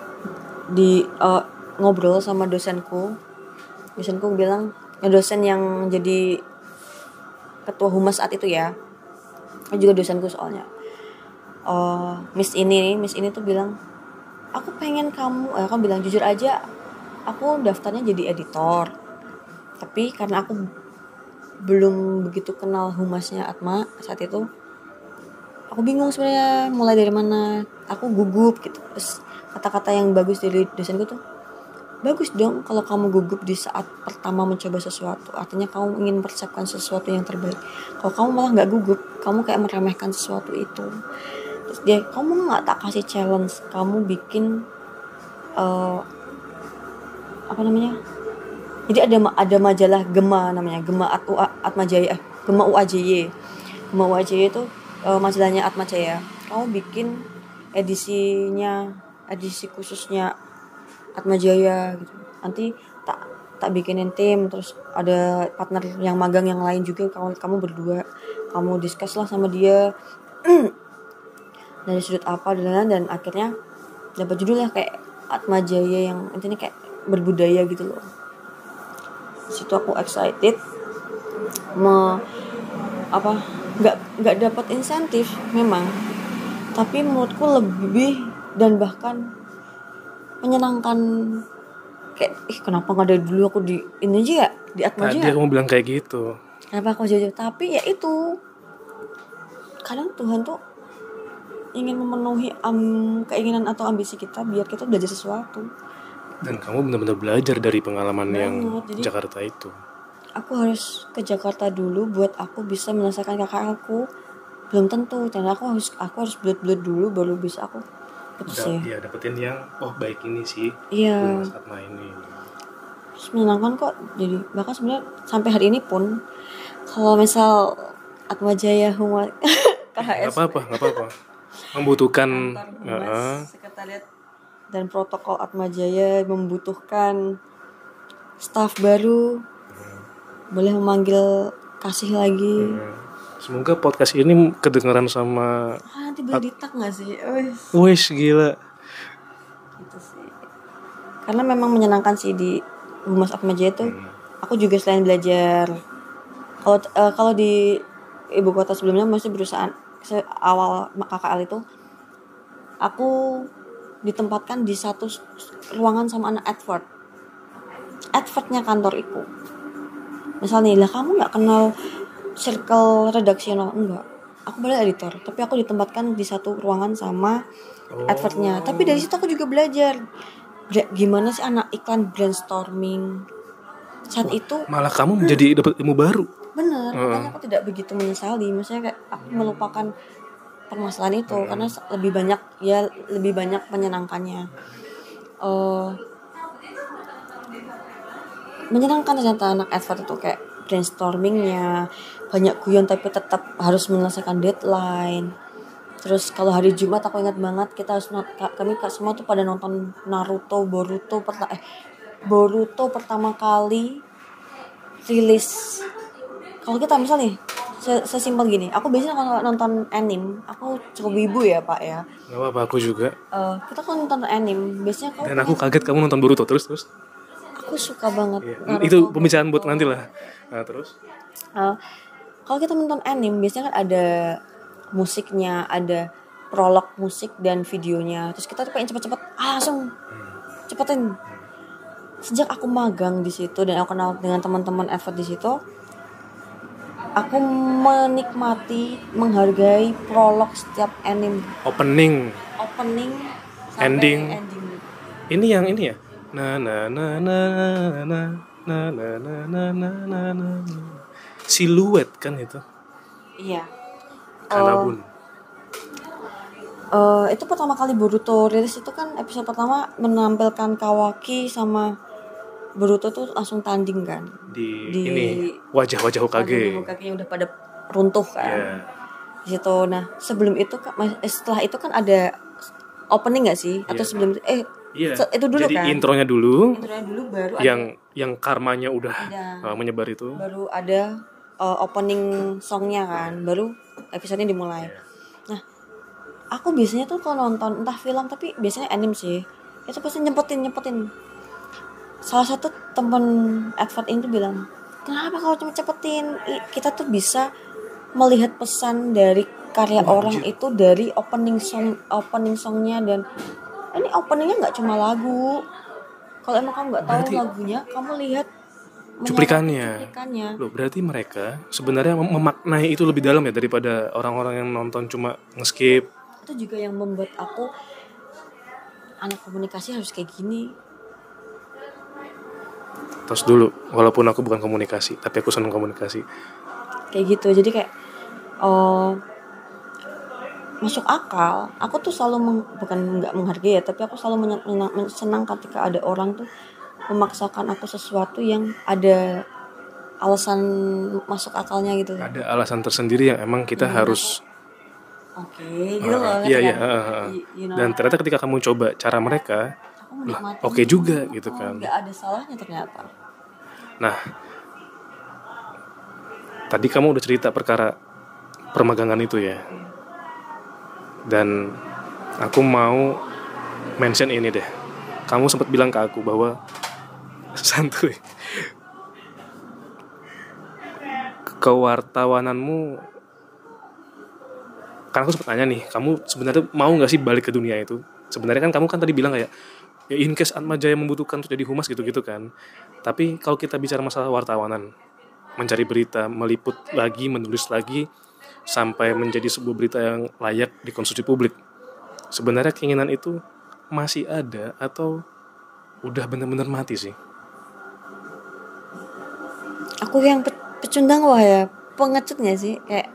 Speaker 2: ngobrol sama dosenku bilang, dosen yang jadi ketua Humas saat itu ya, juga dosenku soalnya, Miss ini tuh bilang, aku pengen kamu, aku bilang jujur aja, aku daftarnya jadi editor, tapi karena aku belum begitu kenal Humasnya Atma saat itu, aku bingung sebenarnya mulai dari mana, aku gugup gitu. Terus kata-kata yang bagus dari dosenku tuh, bagus dong kalau kamu gugup di saat pertama mencoba sesuatu, artinya kamu ingin mempersiapkan sesuatu yang terbaik. Kalau kamu malah nggak gugup, kamu kayak meremehkan sesuatu itu. Terus kamu nggak tak kasih challenge, kamu bikin jadi ada majalah Gema namanya, Gema Atma Jaya, Gema UAJY. Gema UAJY itu majalahnya Atma Jaya. Kamu bikin edisi khususnya Atma Jaya gitu. Nanti tak tak bikinin tim, terus ada partner yang magang yang lain juga, kamu berdua, kamu discuss lah sama dia dari sudut apa dan akhirnya dapat judul ya kayak Atma Jaya yang intinya kayak berbudaya gitu loh. Situ aku excited, nggak dapat insentif memang, tapi menurutku lebih dan bahkan menyenangkan. Kayak kenapa nggak dari dulu aku di ini aja ya, di Atma aja.
Speaker 1: Tadi kamu bilang kayak gitu.
Speaker 2: Kenapa aku jauh-jauh? Tapi ya itu, kadang Tuhan tuh ingin memenuhi keinginan atau ambisi kita biar kita belajar sesuatu.
Speaker 1: Dan kamu benar-benar belajar dari pengalaman yang
Speaker 2: Jadi,
Speaker 1: Jakarta itu.
Speaker 2: Aku harus ke Jakarta dulu buat aku bisa menyelesaikan kakak aku. Belum tentu, dan aku harus belut-belut dulu baru bisa aku.
Speaker 1: Iya, dapetin yang baik ini sih.
Speaker 2: Iya.
Speaker 1: Humas Atma ini.
Speaker 2: Terus menyenangkan kok. Jadi bahkan sebenarnya sampai hari ini pun kalau misal Atma Jaya Humas KHS.
Speaker 1: Nggak apa-apa. Membutuhkan
Speaker 2: sekretariat dan protokol Atma Jaya membutuhkan staf baru, boleh memanggil kasih lagi.
Speaker 1: Semoga podcast ini kedengaran sama
Speaker 2: nanti boleh ditak nggak sih?
Speaker 1: Wes gila.
Speaker 2: Gitu sih. Karena memang menyenangkan sih di Humas Atma Jaya tuh. Aku juga selain belajar, kalau di ibu kota sebelumnya masih berusaha awal KKL itu aku ditempatkan di satu ruangan sama anak advertnya kantor itu. Misal nih, lah kamu nggak kenal circle redaksional? Enggak, aku boleh editor, tapi aku ditempatkan di satu ruangan sama advertnya. Tapi dari situ aku juga belajar gimana sih anak iklan brainstorming. Saat itu
Speaker 1: malah kamu menjadi dapat ilmu baru.
Speaker 2: Bener, makanya aku tidak begitu menyesali. Maksudnya kayak aku melupakan permasalahan itu karena lebih banyak menyenangkannya. Menyenangkan ternyata anak advert itu kayak brainstormingnya banyak guyon tapi tetap harus menyelesaikan deadline. Terus kalau hari Jumat aku ingat banget kami semua tuh pada nonton Boruto pertama kali rilis. Kalau kita misalnya sesimpel gini, aku biasanya kalau nonton anime, aku cukup wibu ya Pak ya.
Speaker 1: Gak apa-apa, aku juga.
Speaker 2: Kita kalau nonton anime, biasanya
Speaker 1: dan aku kaget kamu nonton Boruto terus.
Speaker 2: Aku suka banget.
Speaker 1: Iya. Itu pembicaraan buat nanti lah. Nah terus?
Speaker 2: Kalau kita nonton anime, biasanya kan ada musiknya, ada prolog musik dan videonya. Terus kita tuh pengen cepet-cepet, langsung cepetin. Sejak aku magang di situ dan aku kenal dengan teman-teman advert di situ, aku menikmati, menghargai prolog setiap anime. Opening sampai ending.
Speaker 1: Ini yang ini ya. Na siluet kan itu.
Speaker 2: Iya.
Speaker 1: Kanabun.
Speaker 2: Itu pertama kali Boruto rilis itu kan episode pertama menampilkan Kawaki sama Boruto tuh langsung tanding kan
Speaker 1: di ini wajah-wajah Hokage
Speaker 2: yang udah pada runtuh kan. Di situ. Nah sebelum itu setelah itu kan ada opening nggak sih atau sebelum itu dulu
Speaker 1: jadi
Speaker 2: kan
Speaker 1: intronya dulu
Speaker 2: baru
Speaker 1: yang karmanya udah menyebar itu
Speaker 2: baru ada opening songnya kan, baru episodenya dimulai. Nah aku biasanya tuh kalau nonton entah film tapi biasanya anime sih, itu pasti nyempetin. Salah satu temen advert ini tuh bilang, kenapa kau cepetin? Kita tuh bisa melihat pesan dari karya orang itu dari opening songnya. Dan ini openingnya nggak cuma lagu. Kalau emang kamu nggak tahu lagunya, kamu lihat
Speaker 1: cuplikannya. Loh, berarti mereka sebenarnya memaknai itu lebih dalam ya daripada orang-orang yang nonton cuma nge-skip.
Speaker 2: Itu juga yang membuat aku, anak komunikasi harus kayak gini.
Speaker 1: Terus dulu, walaupun aku bukan komunikasi, tapi aku senang komunikasi.
Speaker 2: Kayak gitu, jadi kayak masuk akal. Aku tuh selalu bukan nggak menghargai ya, tapi aku selalu senang ketika ada orang tuh memaksakan aku sesuatu yang ada alasan masuk akalnya gitu.
Speaker 1: Ada alasan tersendiri yang emang kita harus.
Speaker 2: Gitu loh.
Speaker 1: Iya. Dan ternyata ketika kamu coba cara mereka, oke juga gitu kan.
Speaker 2: Nggak ada salahnya ternyata.
Speaker 1: Nah, tadi kamu udah cerita perkara permagangan itu ya. Dan aku mau mention ini deh. Kamu sempat bilang ke aku bahwa santuy, kewartawananmu, kan aku sempat nanya nih, kamu sebenarnya mau nggak sih balik ke dunia itu? Sebenarnya kan kamu kan tadi bilang kayak ya in case Atma Jaya membutuhkan untuk jadi humas gitu-gitu kan. Tapi kalau kita bicara masalah wartawanan, mencari berita, meliput lagi, menulis lagi sampai menjadi sebuah berita yang layak dikonsumsi publik, sebenarnya keinginan itu masih ada atau udah benar-benar mati sih?
Speaker 2: Aku yang pecundang wah ya, pengecut gak sih? Kayak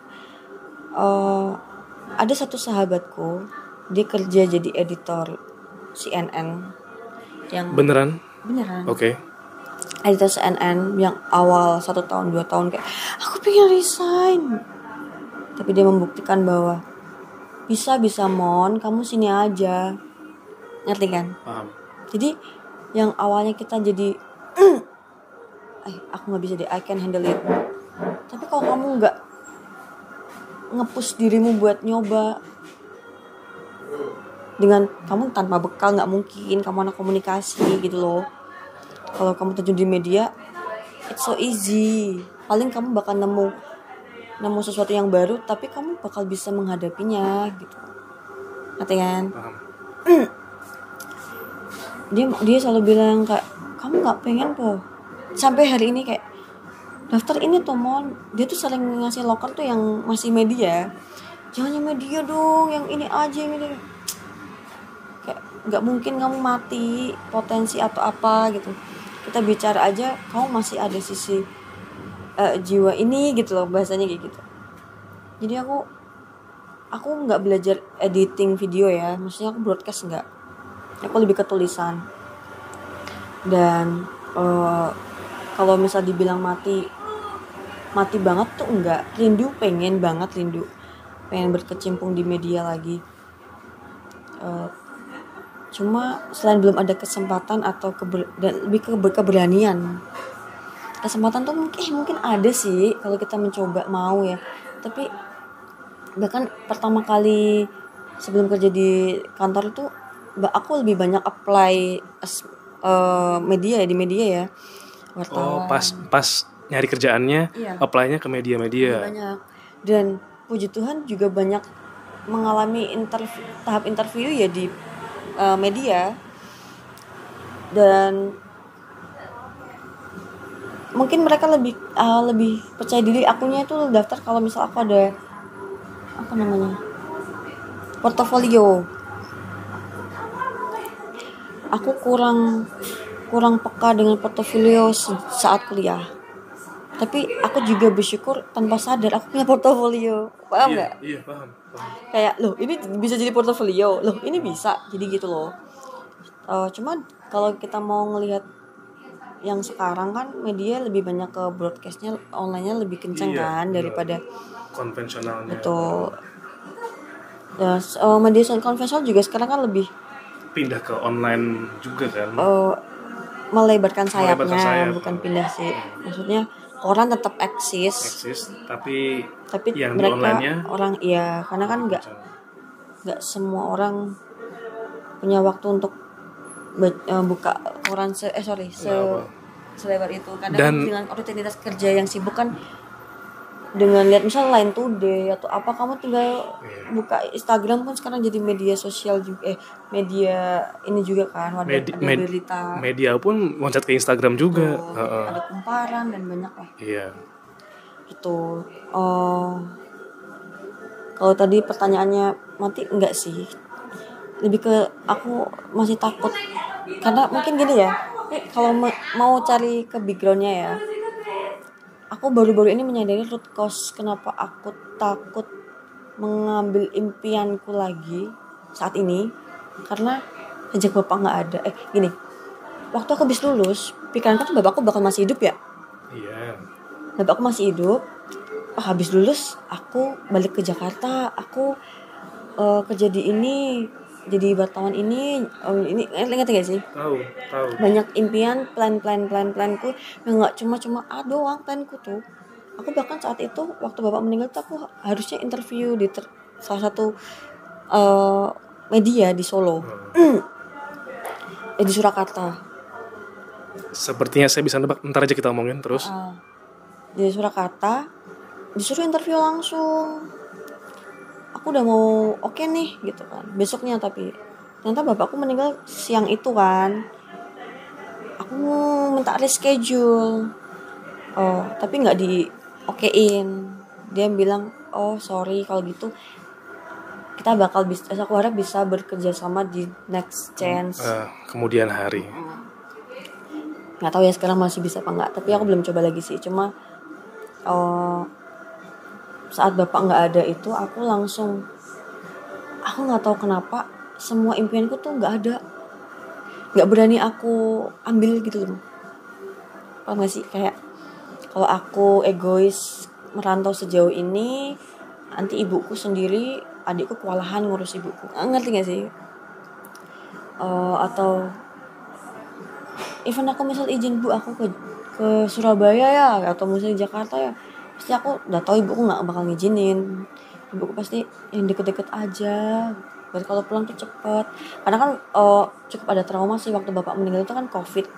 Speaker 2: ada satu sahabatku, dia kerja jadi editor CNN yang
Speaker 1: Beneran?
Speaker 2: beneran.
Speaker 1: Oke.
Speaker 2: Editor CNN yang awal 1 tahun 2 tahun kayak aku pengen resign, tapi dia membuktikan bahwa bisa mon, kamu sini aja, ngerti kan?
Speaker 1: Paham.
Speaker 2: Jadi yang awalnya kita jadi aku nggak bisa deh, I can handle it, tapi kalau kamu nggak nge-push dirimu buat nyoba, dengan kamu tanpa bekal nggak mungkin, kamu anak komunikasi gitu loh. Kalau kamu terjun di media, it's so easy. Paling kamu bakal nemu sesuatu yang baru, tapi kamu bakal bisa menghadapinya gitu. Ngerti kan?
Speaker 1: Paham.
Speaker 2: Dia selalu bilang kayak kamu nggak pengen po. Sampai hari ini kayak daftar ini tuh mon. Dia tuh sering ngasih loker tuh yang masih media. Jangan yang media dong, yang ini aja yang ini. Kayak nggak mungkin kamu mati potensi atau apa gitu. Kita bicara aja, kamu masih ada sisi jiwa ini gitu loh, bahasanya kayak gitu. Jadi aku nggak belajar editing video ya, maksudnya aku broadcast nggak, aku lebih ke tulisan. Dan kalau misal dibilang mati banget tuh enggak, pengen berkecimpung di media lagi. Cuma selain belum ada kesempatan atau dan lebih ke keberanian. Kesempatan tuh mungkin ada sih kalau kita mencoba mau ya. Tapi bahkan pertama kali sebelum kerja di kantor itu aku lebih banyak apply media ya, di media ya. Wartawan.
Speaker 1: Oh, pas nyari kerjaannya,
Speaker 2: iya,
Speaker 1: apply-nya ke media-media.
Speaker 2: Banyak. Dan puji Tuhan juga banyak mengalami tahap interview ya di media. Dan mungkin mereka lebih percaya diri akunya itu daftar kalau misal aku ada portofolio. Aku kurang peka dengan portofolio saat kuliah. Tapi aku juga bersyukur tanpa sadar aku punya portofolio. Paham nggak?
Speaker 1: Iya, paham.
Speaker 2: Kayak loh ini bisa jadi portofolio, loh ini bisa jadi gitu loh. Cuman kalau kita mau ngelihat yang sekarang kan media lebih banyak ke broadcastnya, online-nya lebih kenceng kan daripada
Speaker 1: konvensionalnya.
Speaker 2: Betul. Ya, media konvensional juga sekarang kan lebih
Speaker 1: pindah ke online juga kan.
Speaker 2: Melebarkan sayapnya,
Speaker 1: sayap.
Speaker 2: bukan pindah sih. Maksudnya koran tetap eksis,
Speaker 1: tapi yang
Speaker 2: mereka
Speaker 1: online-nya
Speaker 2: orang iya, karena kan nggak semua orang punya waktu untuk buka koran selebar itu. Kadang dengan rutinitas kerja yang sibuk kan, dengan lihat misal Line Today atau apa, kamu tinggal buka Instagram pun sekarang jadi media sosial juga, media ini juga kan, ada berita.
Speaker 1: Media pun loncat ke Instagram juga.
Speaker 2: Ada kumparan dan banyak lah.
Speaker 1: Iya.
Speaker 2: Gitu. Kalau tadi pertanyaannya mati enggak sih? Lebih ke aku masih takut. Karena mungkin gini ya, kalau mau cari ke backgroundnya ya, aku baru-baru ini menyadari root cause kenapa aku takut mengambil impianku lagi saat ini. Karena sejak bapak nggak ada, gini, waktu aku habis lulus, pikiranku tuh bapakku bakal masih hidup ya.
Speaker 1: Iya.
Speaker 2: Bapakku masih hidup. Habis lulus aku balik ke Jakarta, aku kerja di ini, jadi wartawan ini ingat gak sih?
Speaker 1: Tahu.
Speaker 2: Banyak impian, planku yang nggak cuma doang planku tuh. Aku bahkan saat itu waktu bapak meninggal tuh aku harusnya interview di salah satu media di Solo, di Surakarta.
Speaker 1: Sepertinya saya bisa nebak, ntar aja kita omongin terus.
Speaker 2: Di Surakarta disuruh interview langsung. Aku udah mau oke nih gitu kan besoknya, tapi ternyata bapakku meninggal siang itu kan. Aku minta reschedule, tapi nggak di okein. Dia bilang sorry kalau gitu kita bakal bisa, aku harap bisa bekerja sama di next chance.
Speaker 1: Kemudian hari.
Speaker 2: Nggak tahu ya sekarang masih bisa apa nggak, tapi aku belum coba lagi sih. Cuma saat bapak nggak ada itu aku nggak tahu kenapa semua impianku tuh nggak berani aku ambil gitu loh. Paham gak sih, kayak kalau aku egois merantau sejauh ini, nanti ibuku sendiri, adikku kewalahan ngurus ibuku. Ngerti gak sih? Atau even aku misal izin bu aku ke Surabaya ya, atau misalnya Jakarta ya, pasti aku udah tahu ibuku nggak bakal ngizinin. Ibuku pasti yang deket-deket aja, biar kalau pulang tuh cepet. Karena kan cukup ada trauma sih waktu bapak meninggal itu kan COVID.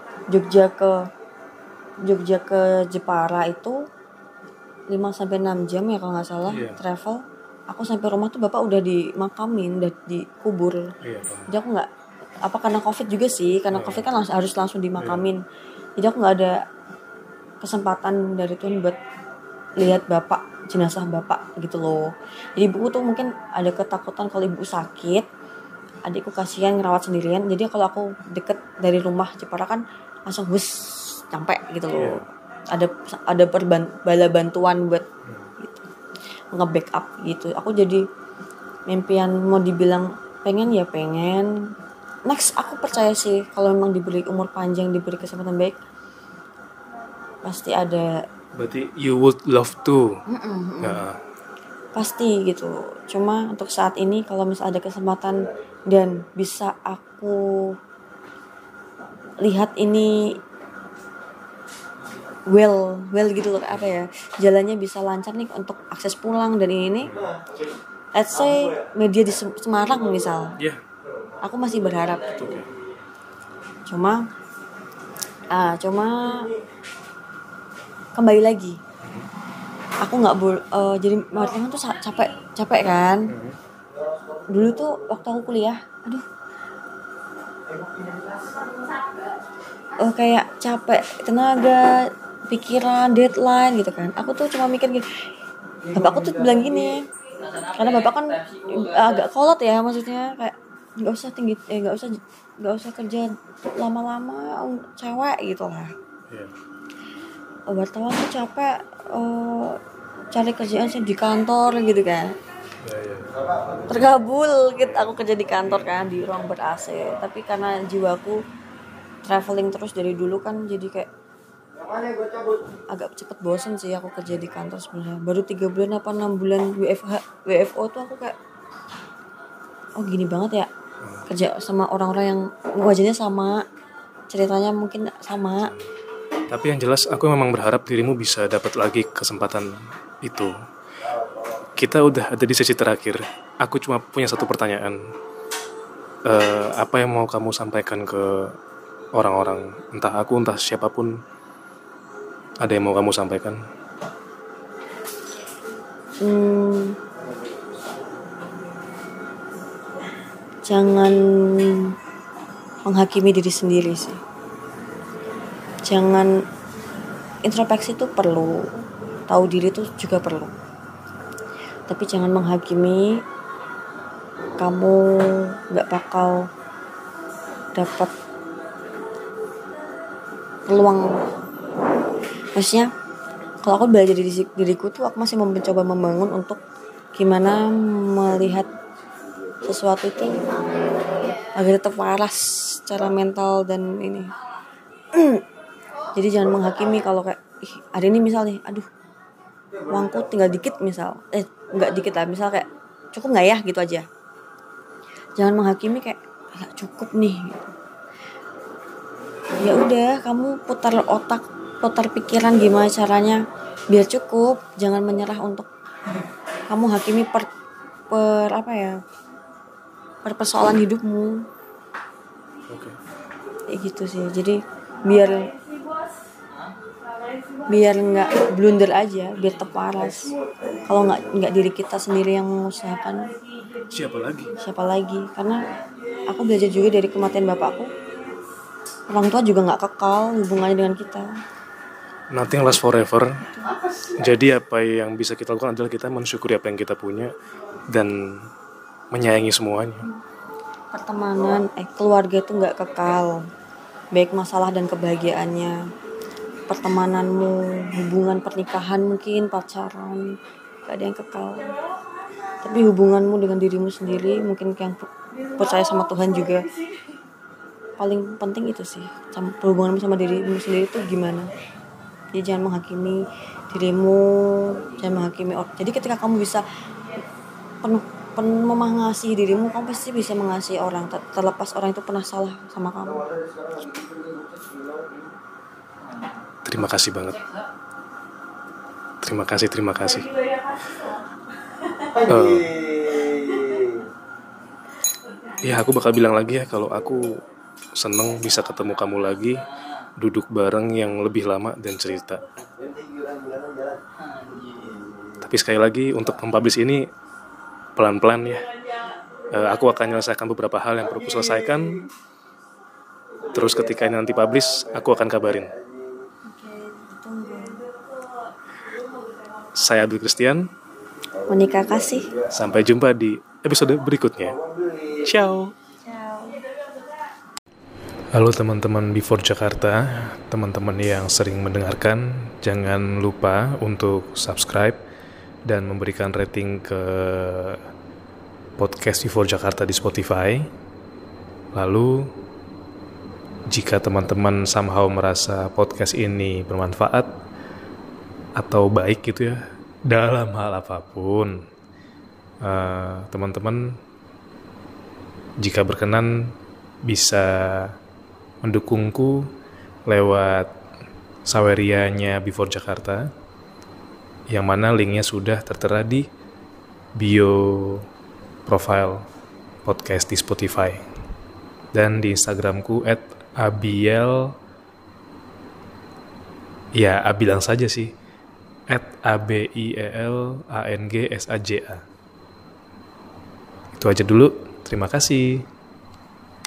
Speaker 2: Jogja ke Jepara itu 5-6 jam ya kalau nggak salah. Travel. Aku sampai rumah tuh bapak udah dimakamin, udah dikubur. Jadi aku nggak, apa karena COVID juga sih, karena COVID kan harus langsung dimakamin. Jadi aku nggak ada kesempatan dari Tuhan buat lihat bapak, jenazah bapak gitu loh. Jadi ibuku tuh mungkin ada ketakutan kalau ibu sakit, adikku kasihan ngerawat sendirian. Jadi kalau aku deket dari rumah Jepara kan langsung sampai gitu loh. Ada bala bantuan buat gitu, nge-backup gitu. Aku jadi mimpian mau dibilang pengen ya pengen. Next aku percaya sih kalau memang diberi umur panjang, diberi kesempatan baik, pasti ada.
Speaker 1: Berarti you would love to.
Speaker 2: Pasti gitu. Cuma untuk saat ini kalau misalnya ada kesempatan dan bisa aku lihat ini well gitu loh, apa ya, jalannya bisa lancar nih untuk akses pulang dan ini. Let's say media di Semarang misal. Aku masih berharap gitu. Cuma kembali lagi, aku nggak jadi wartawan tuh capek kan. Dulu tuh waktu aku kuliah, kayak capek, tenaga, pikiran, deadline gitu kan. Aku tuh cuma mikir gini, bapakku tuh bilang gini, karena bapak kan agak kolot ya, maksudnya kayak nggak usah kerja lama-lama, cewek gitu lah. Wartawan tuh capek, cari kerjaan sih di kantor gitu kan. Terkabul gitu, aku kerja di kantor kan, di ruang ber-AC. Tapi karena jiwaku traveling terus dari dulu kan, jadi kayak agak cepet bosen sih aku kerja di kantor sebenarnya. Baru 3 bulan apa 6 bulan WFO tuh aku kayak, gini banget ya kerja sama orang-orang yang wajahnya sama, ceritanya mungkin sama.
Speaker 1: Tapi yang jelas aku memang berharap dirimu bisa dapat lagi kesempatan itu. Kita udah ada di sesi terakhir. Aku cuma punya satu pertanyaan. Apa yang mau kamu sampaikan ke orang-orang, entah aku entah siapapun? Ada yang mau kamu sampaikan?
Speaker 2: Jangan menghakimi diri sendiri sih. Jangan, introspeksi itu perlu, tahu diri itu juga perlu. Tapi jangan menghakimi, kamu gak bakal dapat peluang. Maksudnya kalau aku belajar diriku tuh, aku masih mencoba membangun untuk gimana melihat sesuatu itu agar tetap waras secara mental dan ini. Jadi jangan menghakimi kalau kayak hari ini misal nih, uangku tinggal dikit misal, nggak dikit lah, misal kayak cukup nggak ya gitu aja. Jangan menghakimi kayak nggak cukup nih gitu. Ya udah, kamu putar otak, putar pikiran gimana caranya biar cukup. Jangan menyerah untuk kamu hakimi per apa ya, per persoalan hidupmu.
Speaker 1: Oke.
Speaker 2: Kayak gitu sih. Jadi biar nggak blunder aja, biar teparas. Kalau nggak diri kita sendiri yang mengusahakan, siapa lagi? Karena aku belajar juga dari kematian bapakku, orang tua juga nggak kekal hubungannya dengan kita.
Speaker 1: Nothing lasts forever. Jadi apa yang bisa kita lakukan adalah kita mensyukuri apa yang kita punya dan menyayangi semuanya.
Speaker 2: Pertemanan, keluarga itu nggak kekal, baik masalah dan kebahagiaannya. Pertemananmu, hubungan pernikahan mungkin, pacaran, gak ada yang kekal. Tapi hubunganmu dengan dirimu sendiri, mungkin yang percaya sama Tuhan juga, paling penting itu sih. Hubunganmu sama dirimu sendiri itu gimana. Jadi jangan menghakimi dirimu, jangan menghakimi orang. Jadi ketika kamu bisa penuh mengasihi dirimu, kamu pasti bisa mengasihi orang, terlepas orang itu pernah salah sama kamu.
Speaker 1: Terima kasih banget. Terima kasih. Ya aku bakal bilang lagi ya kalau aku seneng bisa ketemu kamu lagi, duduk bareng yang lebih lama dan cerita. Tapi sekali lagi untuk mempublish ini pelan-pelan ya. Aku akan menyelesaikan beberapa hal yang perlu aku selesaikan. Terus ketika ini nanti publish, aku akan kabarin. Saya Abdul Christian.
Speaker 2: Monica Kasih.
Speaker 1: Sampai jumpa di episode berikutnya. Ciao. Halo teman-teman Before Jakarta, teman-teman yang sering mendengarkan, jangan lupa untuk subscribe dan memberikan rating ke podcast Before Jakarta di Spotify. Lalu, jika teman-teman somehow merasa podcast ini bermanfaat atau baik gitu ya, dalam hal apapun, teman-teman jika berkenan bisa mendukungku lewat sawerianya Before Jakarta, yang mana linknya sudah tertera di bio profile podcast di Spotify dan di Instagramku @abiel, ya bilang saja sih @abielangsaja. Itu aja dulu, terima kasih.